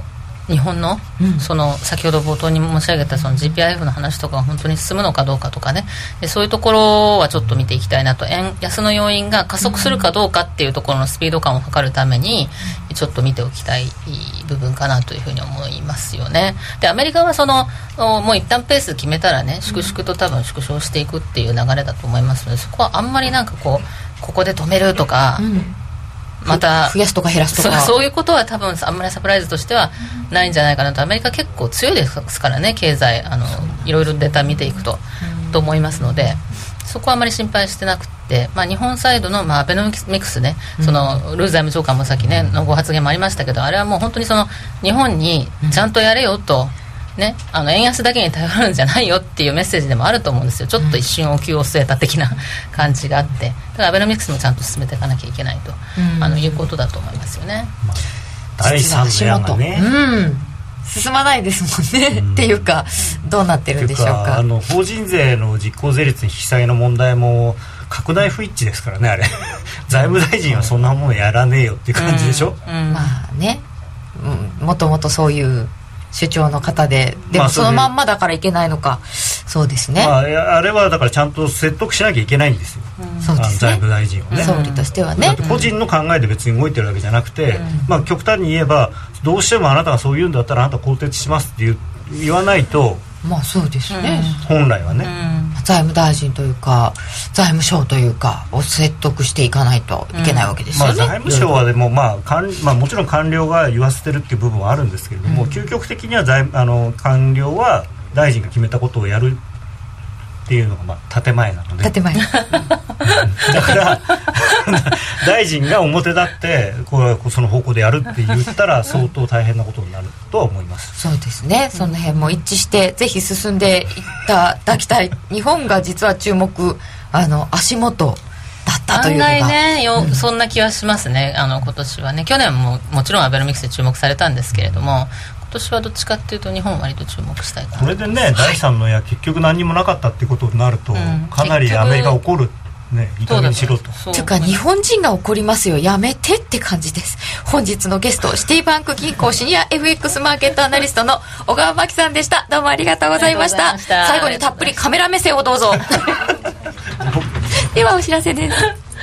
日本の、うん、その先ほど冒頭に申し上げたその ジーピーアイエフ の話とかが本当に進むのかどうかとかね、でそういうところはちょっと見ていきたいなと。円安の要因が加速するかどうかっていうところのスピード感を測るためにちょっと見ておきたい部分かなというふうに思いますよね。でアメリカはそのもう一旦ペース決めたらね、粛々と多分縮小していくっていう流れだと思いますので、そこはあんまりなんかこうここで止めるとか、うんまた増やすとか減らすとかそ, そういうことは多分あんまりサプライズとしてはないんじゃないかなと。アメリカ結構強いですからね、経済あのいろいろデータ見ていくと、うん、と思いますので、そこはあまり心配してなくて、まあ、日本サイドの、まあ、アベノミクスね、そのルー財務長官もさっきねのご発言もありましたけど、あれはもう本当にその日本にちゃんとやれよと、ね、あの円安だけに頼るんじゃないよっていうメッセージでもあると思うんですよ。ちょっと一瞬お灸を据えた的な感じがあって、だからアベノミクスもちゃんと進めていかなきゃいけないと、うん、あのいうことだと思いますよね、 まあ、だいさんの矢がね、 うん、進まないですもんね、うん、っていうかどうなってるんでしょうか。 あの法人税の実効税率引き下げの問題も拡大不一致ですからね、あれ財務大臣はそんなものやらねえよっていう感じでしょ、 うんうん、まあね、うん、もともとそういう主張の方で、でもそのまんまだからいけないのか、そうですね、 まあ、あれはだからちゃんと説得しなきゃいけないんですよ、うん、そうですね、財務大臣をね、 総理としてはね、 だって個人の考えで別に動いてるわけじゃなくて、うんまあ、極端に言えばどうしてもあなたがそう言うんだったらあなた更迭しますって言う言わないと、 まあそうですね、 うん、本来はね、 うん、財務大臣というか財務省というかを説得していかないといけないわけですよね、 うんまあ、財務省はでも、まあ官まあ、もちろん官僚が言わせてるっていう部分はあるんですけれども、うん、究極的には財あの官僚は大臣が決めたことをやるっていうのが、まあ、建前なので建前だから大臣が表立ってこれはその方向でやるって言ったら相当大変なことになるとは思います。 そうですね、その辺も一致してぜひ進んでいただきたい。日本が実は注目あの足元だったというのが案外ねよ、うん、そんな気はしますね。あの今年はね、去年ももちろんアベノミクスで注目されたんですけれども、今年はどっちかっていうと日本は割と注目したいかな。 これでねだいさんの矢結局何にもなかったってことになると、うん、かなりアメリカ怒るね、いい加減にしろと。 というか日本人が怒りますよ、やめてって感じです。本日のゲストシティバンク銀行シニア エフエックス マーケットアナリストの小川真紀さんでした。どうもありがとうございました。最後にたっぷりカメラ目線をどうぞではお知らせです。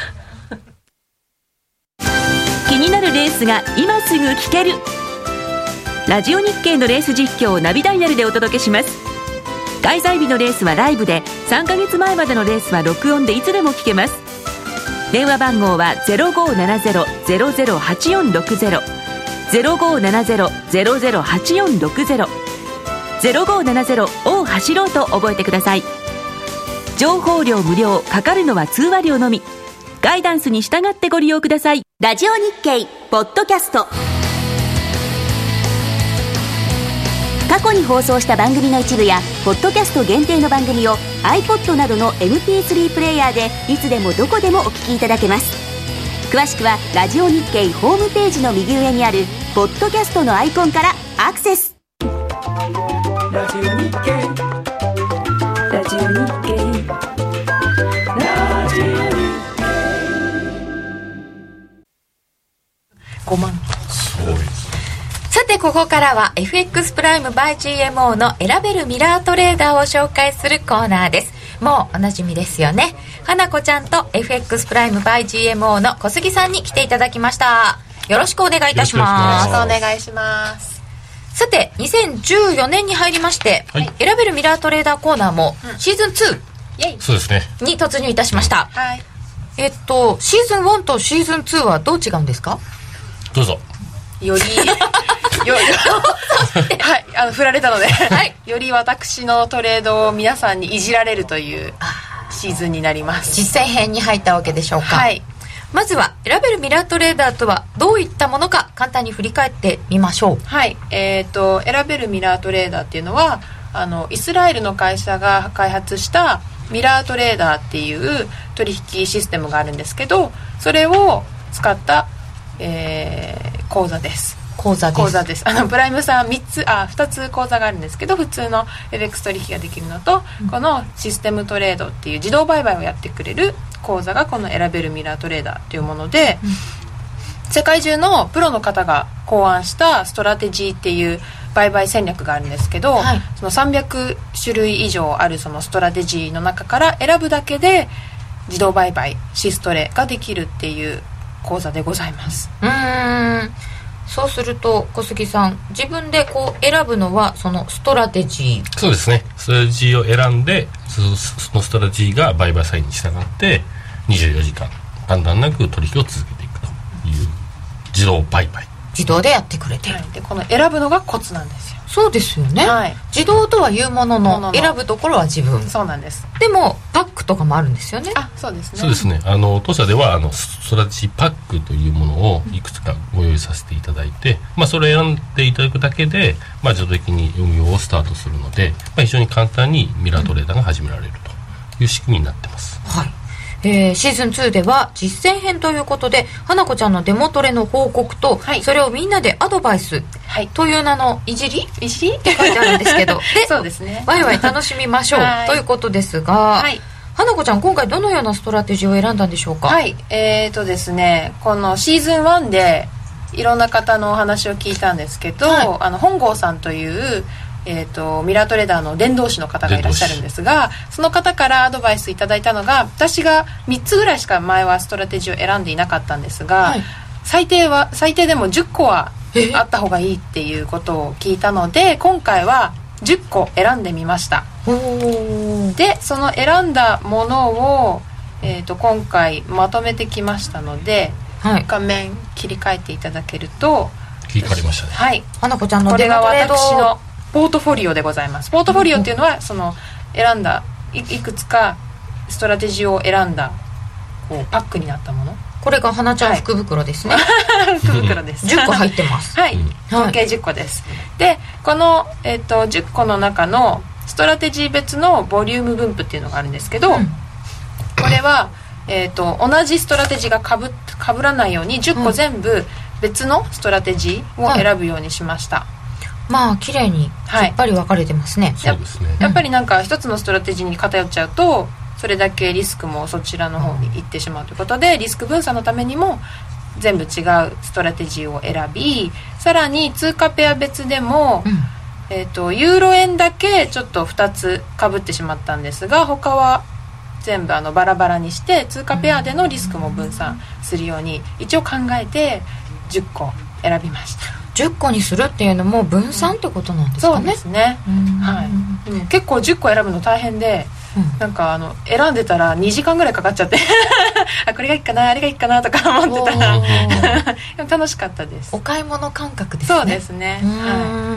気になるレースが今すぐ聞けるラジオ日経のレース実況をナビダイヤルでお届けします。開催日のレースはライブで、さんかげつまえまでのレースは録音でいつでも聞けます。電話番号は ゼロごーななゼロ ゼロゼロはちよんろくゼロ ゼロごーななゼロ ゼロゼロはちよんろくゼロ ゼロごーななゼロを走ろうと覚えてください。情報料無料、かかるのは通話料のみ。ガイダンスに従ってご利用ください。ラジオ日経ポッドキャスト、過去に放送した番組の一部やポッドキャスト限定の番組を iPod などの エムピースリー プレイヤーでいつでもどこでもお聞きいただけます。詳しくはラジオ日経ホームページの右上にあるポッドキャストのアイコンからアクセス。ラジオ日経ラジオ日経ラジオ日経ごまん。さてここからは エフエックス プライム by ジーエムオー の選べるミラートレーダーを紹介するコーナーです。もうおなじみですよね。花子ちゃんと エフエックス プライム by ジーエムオー の小杉さんに来ていただきました。よろしくお願いいたします。 よろしくお願いします。 さてにせんじゅうよねんに入りまして、はい、選べるミラートレーダーコーナーもシーズンツー、うん、そうですね、に突入いたしました、うん、はい、えっとシーズンワンとシーズンツーはどう違うんですか？ どうぞ。 よりよはい、あの振られたので、はい、より私のトレードを皆さんにいじられるというシーズンになります。 実践編に入ったわけでしょうか。はい、まずは選べるミラートレーダーとはどういったものか簡単に振り返ってみましょう。 はい、えーと、選べるミラートレーダーっていうのはあのイスラエルの会社が開発したミラートレーダーっていう取引システムがあるんですけど、それを使ったえー、講座です講座です講座ですあのプライムさんみっつあふたつ講座があるんですけど、普通の エフエックス 取引ができるのと、うん、このシステムトレードっていう自動売買をやってくれる講座がこの選べるミラートレーダーっていうもので、うん、 世界中のプロの方が考案したストラテジーっていう売買戦略があるんですけど、はい、そのさんびゃくしゅるい以上あるそのストラテジーの中から選ぶだけで自動売買シストレができるっていう講座でございます。 うーん、そうすると小杉さん、自分でこう選ぶのはそのストラテジー。 そうですね、ストラテジーを選んでそのストラテジーが売買サインに従ってにじゅうよじかん間断なく取引を続けていくという自動売買、 自動でやってくれてる、 はい、でこの選ぶのがコツなんですよ。 そうですよね、はい、自動とはいうものの選ぶところは自分。 そうなんです。 でもパックとかもあるんですよね。 あ、そうですね。 そうですね、あの当社ではあのストラテジーパックというものをいくつかご用意させていただいて、まあ、それを選んでいただくだけで、まあ、自動的に運用をスタートするので、まあ、非常に簡単にミラートレーダーが始められるという仕組みになってます、 はい。えー、シーズンツーでは実践編ということで花子ちゃんのデモトレの報告と、はい、それをみんなでアドバイスという名のいじりいじりって書いてあるんですけどでそうですね、 ワイワイ楽しみましょうということですが、はい、花子ちゃん今回どのようなストラテジーを選んだんでしょうか。 はい、えーとですね、このシーズンワンでいろんな方のお話を聞いたんですけど、はい、あの本郷さんというえー、とミラートレーダーの伝道師の方がいらっしゃるんですが、その方からアドバイスいただいたのが、私がみっつぐらいしか前はストラテジーを選んでいなかったんですが、はい、最低は最低でもじゅっこはあった方がいいっていうことを聞いたので、今回はじゅっこ選んでみました。でその選んだものを、えー、と今回まとめてきましたので、はい、画面切り替えていただけると、 切り替わりましたね。 はい、 花子ちゃんのこれが私のポートフォリオでございます。ポートフォリオっていうのはその選んだ い, いくつかストラテジーを選んだこうパックになったもの。 これが花ちゃん福袋ですね、 はい、福袋ですじゅっこ入ってますはい、合計じゅっこです。でこの、えー、とじゅっこの中のストラテジー別のボリューム分布っていうのがあるんですけど、うん、これは、えー、と同じストラテジーがか ぶ, かぶらないようにじゅっこ全部別のストラテジーを選ぶようにしました、はい。 まあ綺麗にきっぱり分かれてますね、はい、 そうですね。 やっぱりなんか一つのストラテジーに偏っちゃうとそれだけリスクもそちらの方に行ってしまうということで、リスク分散のためにも全部違うストラテジーを選び、さらに通貨ペア別でも、うん、えーと、ユーロ円だけちょっとふたつかぶってしまったんですが、他は全部あのバラバラにして通貨ペアでのリスクも分散するように一応考えてじゅっこ選びました。 じゅっこにするっていうのも分散ってことなんですかね。 そうですね、はい、でも結構じゅっこ選ぶの大変で、うん、なんかあの選んでたらにじかんぐらいかかっちゃってあ、これがいいかなあれがいいかなとか思ってたらでも楽しかったです。 お買い物感覚ですね。 そうですね、はい、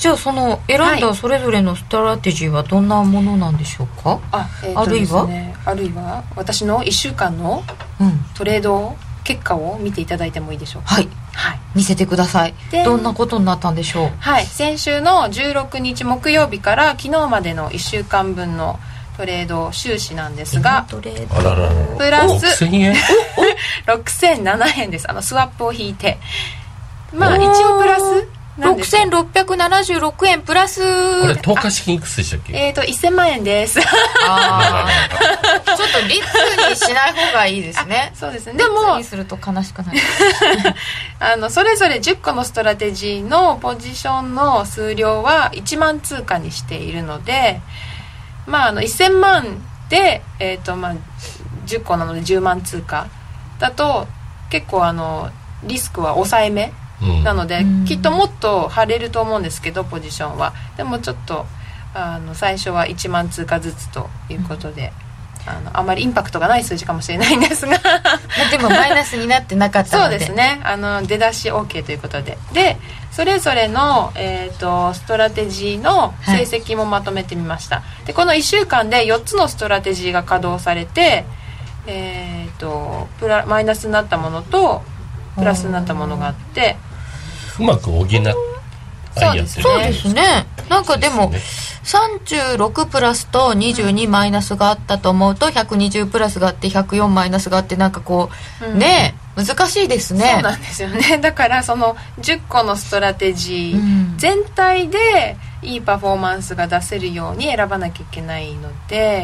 じゃあその選んだそれぞれのストラテジーはどんなものなんでしょうか。 あ、えーとですね、あるいはあるいは私のいっしゅうかんのトレード結果を見ていただいてもいいでしょうか。 はい、はい、見せてください。どんなことになったんでしょう。 はい、先週のじゅうろくにち木曜日から昨日までのいっしゅうかんぶんのトレード収支なんですが、 あらららプラスろくせんえんろくせんななえんです。あのスワップを引いて、まあ一応プラスろくせんろっぴゃくななじゅうろくえんプラス。 これ投下資金いくつでしたっけ。 えーといっせんまんえんですあちょっとリスクにしない方がいいですねそうですね。 でもリスクにすると悲しくなるあのそれぞれじゅっこのストラテジーのポジションの数量はいちまん通貨にしているので、まあ、あのいっせんまんで、えーとまあ、じゅっこなのでじゅうまん通貨だと結構あのリスクは抑えめなので、うん、きっともっと張れると思うんですけど、ポジションはでもちょっとあの最初はいちまん通貨ずつということで、うん、あのあまりインパクトがない数字かもしれないんですがでもマイナスになってなかったのでそうですね、あの出だし OK ということで、でそれぞれの、えーと、ストラテジーの成績もまとめてみました、はい、でこのいっしゅうかんでよっつのストラテジーが稼働されて、えーと、プラマイナスになったものとプラスになったものがあって、 うまく補ってそうですね、そうですね。なんかでもさんじゅうろくプラスとにじゅうにマイナスがあったと思うとひゃくにじゅうプラスがあってひゃくよんマイナスがあって、なんかこう、うん、ね難しいですね。 そうなんですよね。だからそのじゅっこのストラテジー全体でいいパフォーマンスが出せるように選ばなきゃいけないので、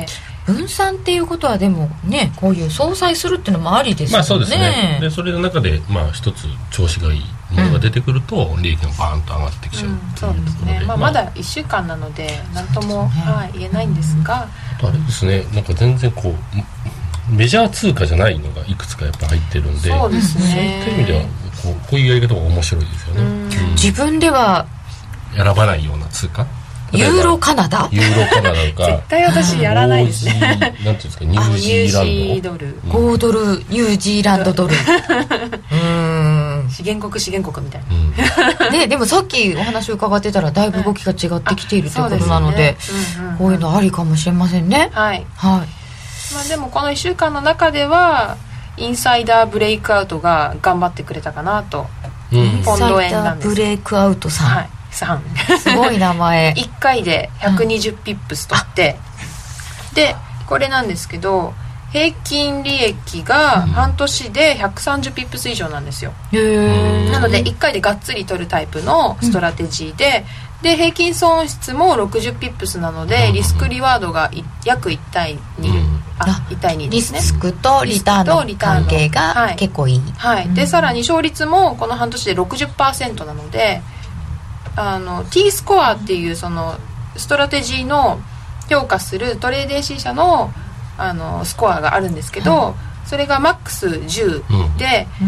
分散っていうことはでもねこういう相殺するっていうのもありですよね。 まあそうですね。でそれの中でまあ一つ調子がいいものが出てくると、うん、利益がバーンと上がってきちゃうっていうところで、うん、そうですね。 まあ、まだいっしゅうかんなので何とも、はい、言えないんですが、 あれですね、なんか全然こうメジャー通貨じゃないのがいくつかやっぱ入ってるんで、 そうですね。 そういった意味ではこう、こういうやり方が面白いですよね。うん、 自分では選ばないよううな通貨、 ユーロカナダユーロカナダとか絶対私やらないですね。 なんていうんですか、ニュージーランドドル、 ごドル、ニュージーランドドルうーん資源国資源国みたいな、 うんね、でもさっきお話を伺ってたらだいぶ動きが違ってきているということなので、 ね、うんうん、 こういうのありかもしれませんね。 はい、 はい。 まあ、でもこのいっしゅうかんの中ではインサイダーブレイクアウトが頑張ってくれたかなと、 うん、ポンド円なんです。インサイダーブレイクアウトさん、はい、 さんすごい名前いっかいでひゃくにじゅうピップス取って、うん、でこれなんですけど平均利益が半年でひゃくさんじゅうピップス以上なんですよ。へー。なのでいっかいでがっつり取るタイプのストラテジーで、うん、で平均損失もろくじゅうピップスなのでリスクリワードが約いち対に、うん、あいち対にですね。 リスクとリターンの関係が結構いい、 はいはい、でさらに勝率もこの半年で ろくじゅっパーセント なのであの T スコアっていうそのストラテジーの評価するトレーデー C 社のあのスコアがあるんですけど、はい、それがマックスじゅうで、うん、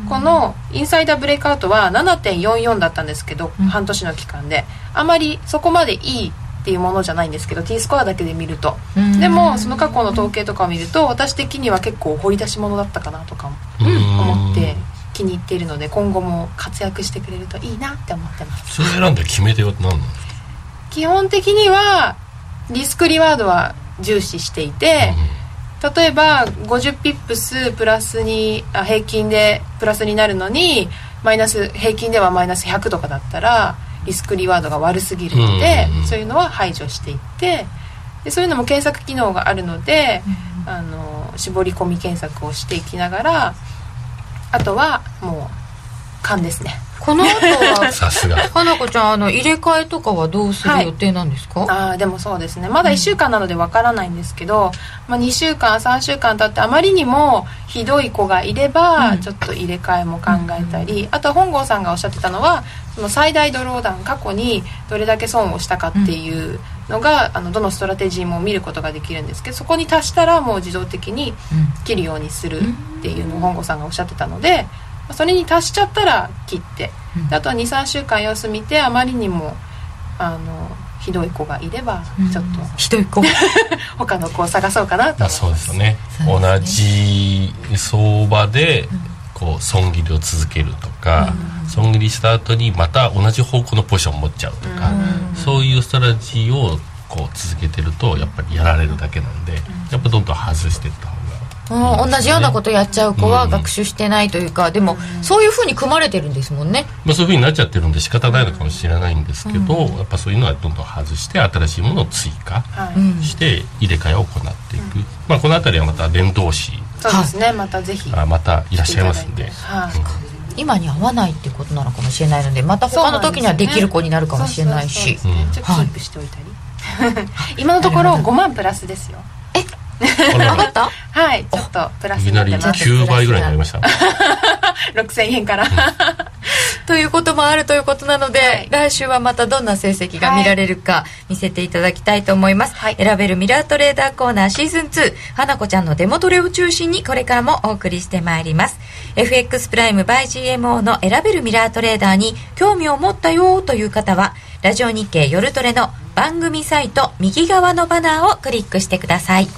このインサイダーブレイクアウトは ななてんよんよん だったんですけど、うん、半年の期間であまりそこまでいいっていうものじゃないんですけど T スコアだけで見ると、うん、でもその過去の統計とかを見ると私的には結構掘り出し物だったかなとかも思って気に入っているので今後も活躍してくれるといいなって思ってます。 それ選んで決め手は何なんですか？ 基本的にはリスクリワードは重視していて、うん、例えばごじゅうピップスプラスにあ平均でプラスになるのにマイナス平均ではマイナスひゃくとかだったらリスクリワードが悪すぎるので、うん、そういうのは排除していってでそういうのも検索機能があるので、うん、あの絞り込み検索をしていきながらあとはもう勘ですね。 この後はさすが花子ちゃんあの入れ替えとかはどうする予定なんですか？ はい、あでもそうですねまだいっしゅうかんなのでわからないんですけど、うんまあ、にしゅうかんさんしゅうかん経ってあまりにもひどい子がいれば、うん、ちょっと入れ替えも考えたり、うん、あとは本郷さんがおっしゃってたのはその最大ドローダウン過去にどれだけ損をしたかっていうのが、うん、あのどのストラテジーも見ることができるんですけどそこに達したらもう自動的に切るようにするっていうのを本郷さんがおっしゃってたのでそれに達しちゃったら切ってであとは にさんしゅうかん様子見てあまりにもあのひどい子がいればちょっと、うん、 ひどい子他の子を探そうかなと思います。 そうですよね。同じ相場でこう損切りを続けるとか、うん、損切りした後にまた同じ方向のポジションを持っちゃうとか、うん、そういうストラテジーをこう続けてるとやっぱりやられるだけなんで、うん、やっぱどんどん外していった方がうん、同じようなことやっちゃう子は学習してないというか、うん、でもそういうふうに組まれてるんですもんね、 まあ、そういうふうになっちゃってるんで仕方ないのかもしれないんですけど、うん、やっぱそういうのはどんどん外して新しいものを追加して入れ替えを行っていく、うんまあ、このあたりはまた伝道師そうですねまたぜひあまたいらっしゃいますんで、 はい、 うん、今に合わないってことなのかもしれないのでまた他の時にはできる子になるかもしれないしちょっとキープしておいたり、はい、今のところごまんプラスですよ。 え上がった？ はいちょっとプラスになってます。いきなりきゅうばいぐらいになりましたろくせんえんから、うん、 ということもあるということなので、はい、来週はまたどんな成績が見られるか見せていただきたいと思います、はい、選べるミラートレーダーコーナーシーズンツー花子ちゃんのデモトレを中心にこれからもお送りしてまいります。 エフエックス プライム by ジーエムオー の選べるミラートレーダーに興味を持ったよという方はラジオ日経夜トレの番組サイト右側のバナーをクリックしてください。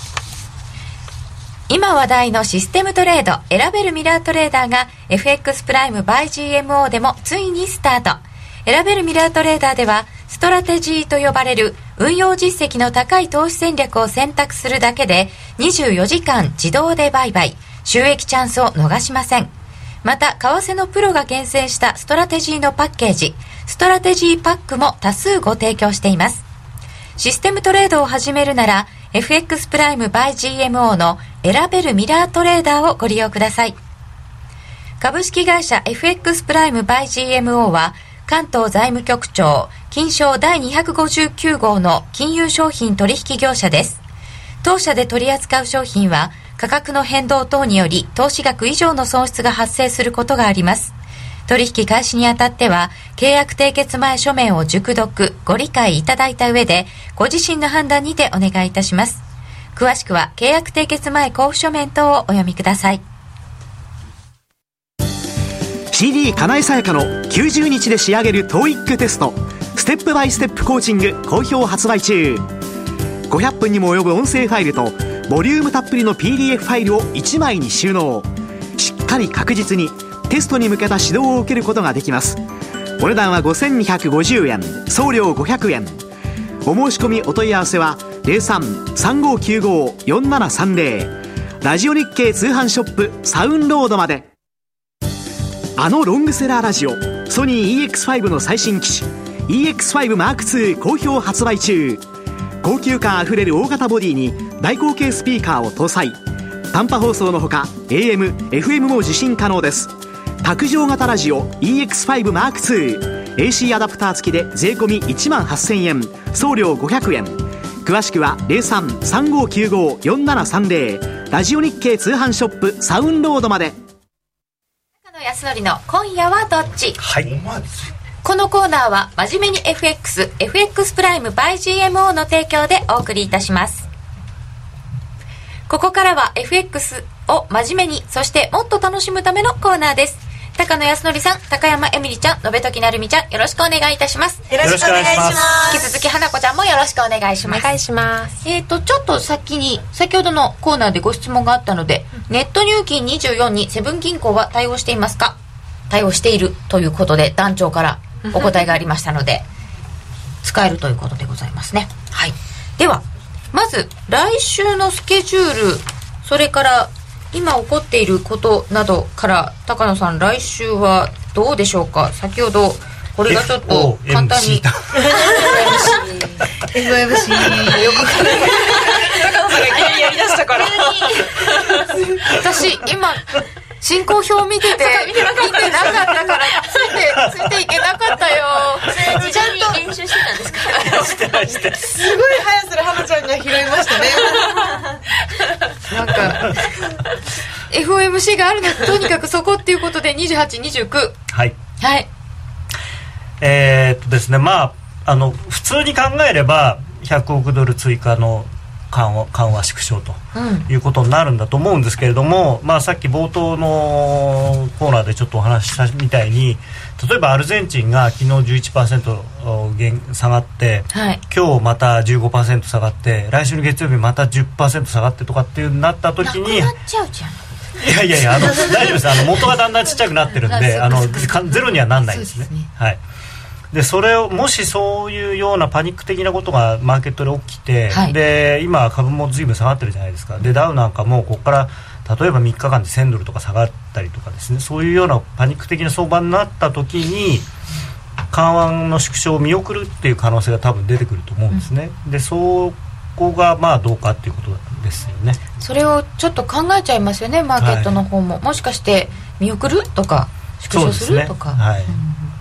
今話題のシステムトレード選べるミラートレーダーが エフエックス プライム by ジーエムオー でもついにスタート。選べるミラートレーダーではストラテジーと呼ばれる運用実績の高い投資戦略を選択するだけでにじゅうよじかん自動で売買収益チャンスを逃しません。また為替のプロが厳選したストラテジーのパッケージストラテジーパックも多数ご提供しています。システムトレードを始めるなら エフエックス プライム by ジーエムオー の選べるミラートレーダーをご利用ください。株式会社 エフエックス プライム by ジーエムオー は関東財務局長金商だいにひゃくごじゅうきゅう号の金融商品取引業者です。 当社で取り扱う商品は価格の変動等により投資額以上の損失が発生することがあります。取引開始にあたっては契約締結前書面を熟読ご理解いただいた上でご自身の判断にてお願いいたします。詳しくは契約締結前交付書面等をお読みください。 シーディー 金井さやかのきゅうじゅうにちで仕上げる トーイック テストステップバイステップコーチング好評発売中。ごひゃっぷんにも及ぶ音声ファイルとボリュームたっぷりの ピーディーエフ ファイルをいちまいに収納。しっかり確実にテストに向けた指導を受けることができます。お値段はごせんにひゃくごじゅうえん、送料ごひゃくえん。お申し込みお問い合わせは ゼロさん さんごきゅうご よんななさんゼロ ラジオ日経通販ショップサウンロードまで。あのロングセラーラジオソニー イーエックスファイブ の最新機種 イーエックスファイブマークツー 好評発売中。高級感あふれる大型ボディに大口径スピーカーを搭載。短波放送のほか エーエム、エフエム も受信可能です。卓上型ラジオ イーエックスファイブマークツー エーシー アダプター付きで税込みいちまんはっせんえん、送料ごひゃくえん。詳しくは ゼロさん さんごきゅうご よんななさんゼロ ラジオ日経通販ショップサウンロードまで。 高野康則の今夜はどっち。 はい、 このコーナーは真面目に エフエックス、エフエックス プライム by ジーエムオー の提供でお送りいたします。ここからは エフエックス を真面目に、そしてもっと楽しむためのコーナーです。高野康則さん、高山エミリちゃん、延時なるみちゃん、よろしくお願いいたします。 よろしくお願いします。 引き続き花子ちゃんもよろしくお願いします。 お願いします。 えーとちょっと先に先ほどのコーナーでご質問があったので、ネット入金にじゅうよんにセブン銀行は対応していますか。対応しているということで団長からお答えがありましたので使えるということでございますね。はい。ではまず来週のスケジュール、それから今起こっていることなどから高野さん、来週はどうでしょうか。先ほどこれがちょっと簡単に エフエムシー よく高野さんがいきなりやりだしたから私今進行表見てて見てなかったからついてついていけなかったよ。ちゃんと練習してたんですか。してないして。すごい速さで花ちゃんが拾いましたね。なんか エフオーエムシー があるのとにかくそこっていうことでにじゅうはち、にじゅうく、 はいはいえー、っとですねまああの普通に考えればひゃくおくドル追加の緩和、緩和縮小ということになるんだと思うんですけれども、うんまあ、さっき冒頭のコーナーでちょっとお話ししたみたいに、例えばアルゼンチンが昨日 じゅういちパーセント 下がって、はい、今日また じゅうごパーセント 下がって来週の月曜日また じゅっパーセント 下がってとかっていうなった時になくなっちゃうじゃん。 いやいやいやあの大丈夫です。あの元がだんだんちっちゃくなってるんであのゼロにはなんないですね。はい。でそれをもしそういうようなパニック的なことがマーケットで起きて、はい、で今株も随分下がってるじゃないですか。でダウなんかもここから例えばみっかかんでせんドルとか下がったりとかですね、そういうようなパニック的な相場になった時に緩和の縮小を見送るっていう可能性が多分出てくると思うんですね、うん、でそこがまあどうかっていうことですよね。それをちょっと考えちゃいますよねマーケットの方も、はい、もしかして見送るとか縮小する、ね、とか、はい、うん、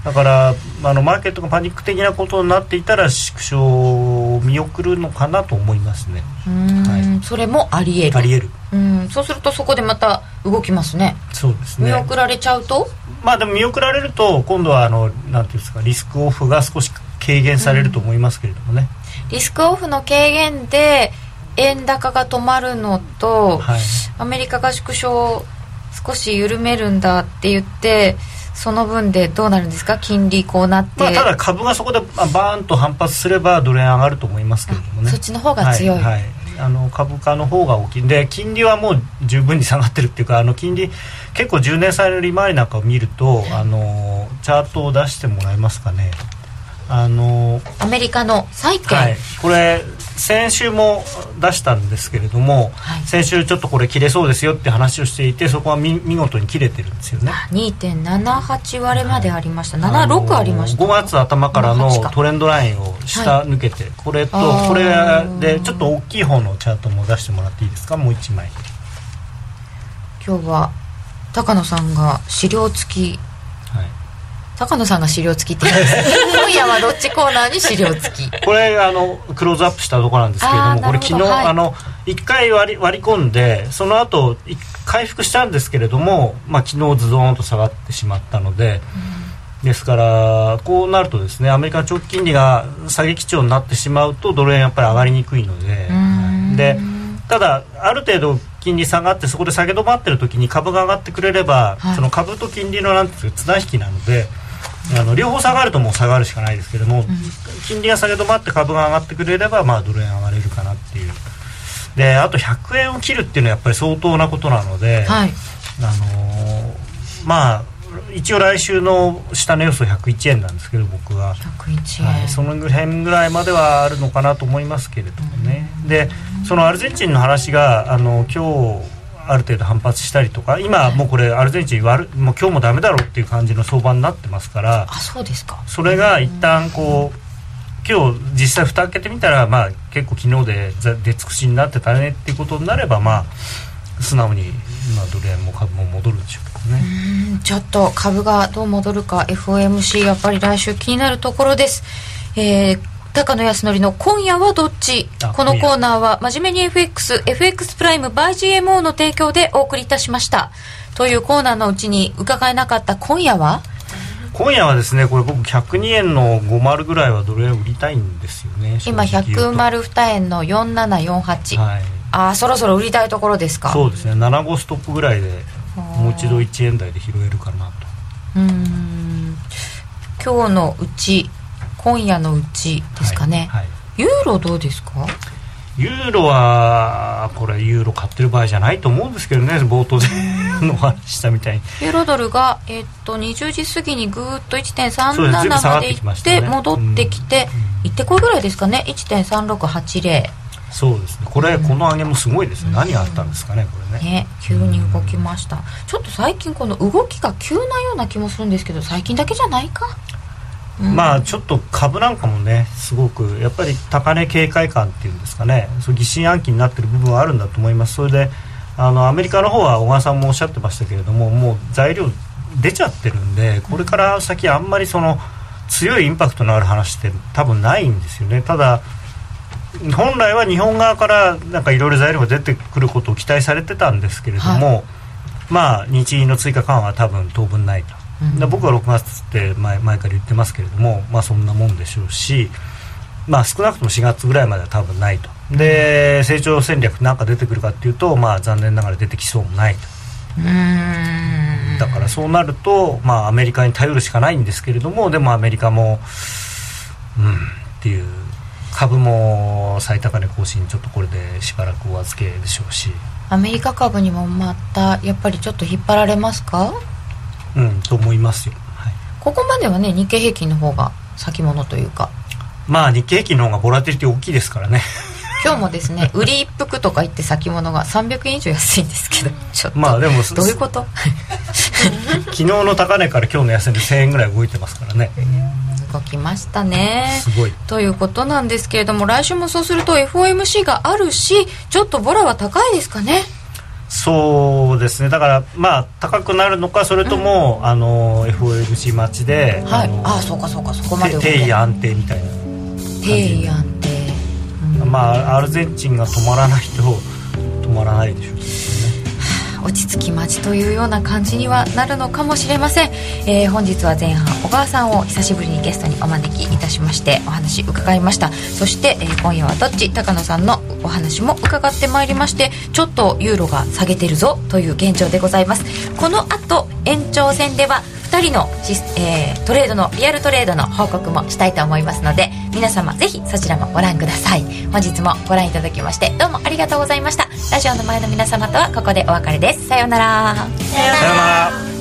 だからあのマーケットがパニック的なことになっていたら縮小を見送るのかなと思いますね。うーん、はい、それもあり得る。あり得る。うん、そうするとそこでまた動きますね。そうですね。見送られちゃうと、まあでも見送られると今度はあのなんていうんですか、リスクオフが少し軽減されると思いますけれどもね、うん、リスクオフの軽減で円高が止まるのと、はい、アメリカが縮小を少し緩めるんだって言ってその分でどうなるんですか、金利こうなって、まあ、ただ株がそこでバーンと反発すればドル円上がると思いますけれどもね。そっちの方が強い、はいはい、あの株価の方が大きいんで、金利はもう十分に下がってるっていうか、あの金利結構じゅうねん債の利回りなんかを見ると、あのチャートを出してもらえますかね。あのアメリカの債券、はい、これ先週も出したんですけれども、はい、先週ちょっとこれ切れそうですよって話をしていて、そこは見事に切れてるんですよね。 にてんななはち 割れまでありました、はい、ななじゅうろくありました。ごがつ頭からのトレンドラインを下抜けて、はい、これとこれでちょっと大きい方のチャートも出してもらっていいですか、もういちまい。今日は高野さんが資料付き、はい、 高野さんが資料付きって言うんです今夜はどっちコーナーに資料付きこれあのクローズアップしたところなんですけれども、これ昨日、はい、あのいっかい割り、割り込んでその後回復したんですけれども、まあ、昨日ズドーンと下がってしまったので、うん、ですからこうなるとですね、アメリカの長期金利が下げ基調になってしまうとドル円やっぱり上がりにくいので、でただある程度金利下がってそこで下げ止まってる時に株が上がってくれれば、はい、その株と金利のなんていう綱引きなので、あの両方下がるともう下がるしかないですけども、うん、金利が下げ止まって株が上がってくれれば、まあドル円上がれるかなっていう。であとひゃくえんを切るっていうのはやっぱり相当なことなので、はい、あのー、まあ一応来週の下値予想ひゃくいちえんなんですけど、僕はひゃくいちえん、 はい、その辺ぐらいまではあるのかなと思いますけれどもね。でそのアルゼンチンの話があの今日ある程度反発したりとか、今もうこれアルゼンチン悪もう今日もダメだろうっていう感じの相場になってますから、 あ、そうですか。 それが一旦こう今日実際蓋開けてみたら、まあ結構昨日で出尽くしになってたねっていうことになれば、まあ素直にまあドル円も株も戻るんでしょうけどね。 うん、ちょっと株がどう戻るか エフオーエムシー やっぱり来週気になるところです。えー高野康則の今夜はどっち。このコーナーは真面目に エフエックス エフエックス プライム by ジーエムオー の提供でお送りいたしましたというコーナーのうちに伺えなかった今夜は今夜はですね、これ僕ひゃくにえんのごじゅうぐらいはドル円売りたいんですよね。 今ひゃくにえんのよんななよんはち、はい、ああそろそろ売りたいところですか。 そうですね、ななじゅうごストップぐらいでもう一度いちえん台で拾えるかなと。 うーん、今日のうち今夜のうちですかね、はいはい、ユーロどうですか。 ユーロはこれユーロ買ってる場合じゃないと思うんですけどね、冒頭での話したみたいにユーロドルが、えー、っとにじゅうじ過ぎにぐーっと いってんさんなな まで行って戻ってきて、行ってこいぐらいですかね、 いってんさんろくはちゼロ。 そうですね、これ、うん、この上げもすごいですね、うん、何があったんですかねこれね。 ね、急に動きました、うん、ちょっと最近この動きが急なような気もするんですけど、最近だけじゃないか。うん、まあちょっと株なんかもね、すごくやっぱり高値警戒感っていうんですかね、そう疑心暗鬼になってる部分はあるんだと思います。それであのアメリカの方は小川さんもおっしゃってましたけれども、もう材料出ちゃってるんで、これから先あんまりその強いインパクトのある話って多分ないんですよね。ただ本来は日本側からなんかいろいろ材料が出てくることを期待されてたんですけれども、はい、まあ日銀の追加緩和は多分当分ないと。で僕はろくがつって前、前から言ってますけれども、まあ、そんなもんでしょうし、まあ、少なくともしがつぐらいまでは多分ないと。で成長戦略なんか出てくるかっていうと、まあ、残念ながら出てきそうもないと。うーん、だからそうなると、まあ、アメリカに頼るしかないんですけれども、でもアメリカもうんっていう、株も最高値更新ちょっとこれでしばらくお預けでしょうし、 アメリカ株にもまたやっぱりちょっと引っ張られますか。 うんと思いますよ、はい、 ここまではね日経平均の方が先物というか、 まあ日経平均の方がボラティリティ大きいですからね。 今日もですね売り一服とか言って先物がさんびゃくえん以上安いんですけど、ちょっと、まあ、でもどういうこと昨日の高値から今日の安値でせんえんぐらい動いてますからね。 動きましたね。 すごいということなんですけれども、来週もそうすると エフオーエムシー があるし、ちょっとボラは高いですかね。 そうですね、だからまあ高くなるのか、それとも、うん、あの エフオーエムシー 待ちで、 はい、ああそうかそうか、そこまで定位安定みたいな定位安定、 うん、まあアルゼンチンが止まらないと止まらないでしょうね。 落ち着き待ちというような感じにはなるのかもしれません。えー、本日は前半小川さんを久しぶりにゲストにお招きいたしましてお話伺いました。そして、えー、今夜はどっち、高野さんのお話も伺ってまいりまして、ちょっとユーロが下げてるぞという現状でございます。この後延長戦ではふたりの、えー、トレードのリアルトレードの報告もしたいと思いますので、皆様ぜひそちらもご覧ください。本日もご覧いただきましてどうもありがとうございました。ラジオの前の皆様とはここでお別れです。さようなら。 さようなら。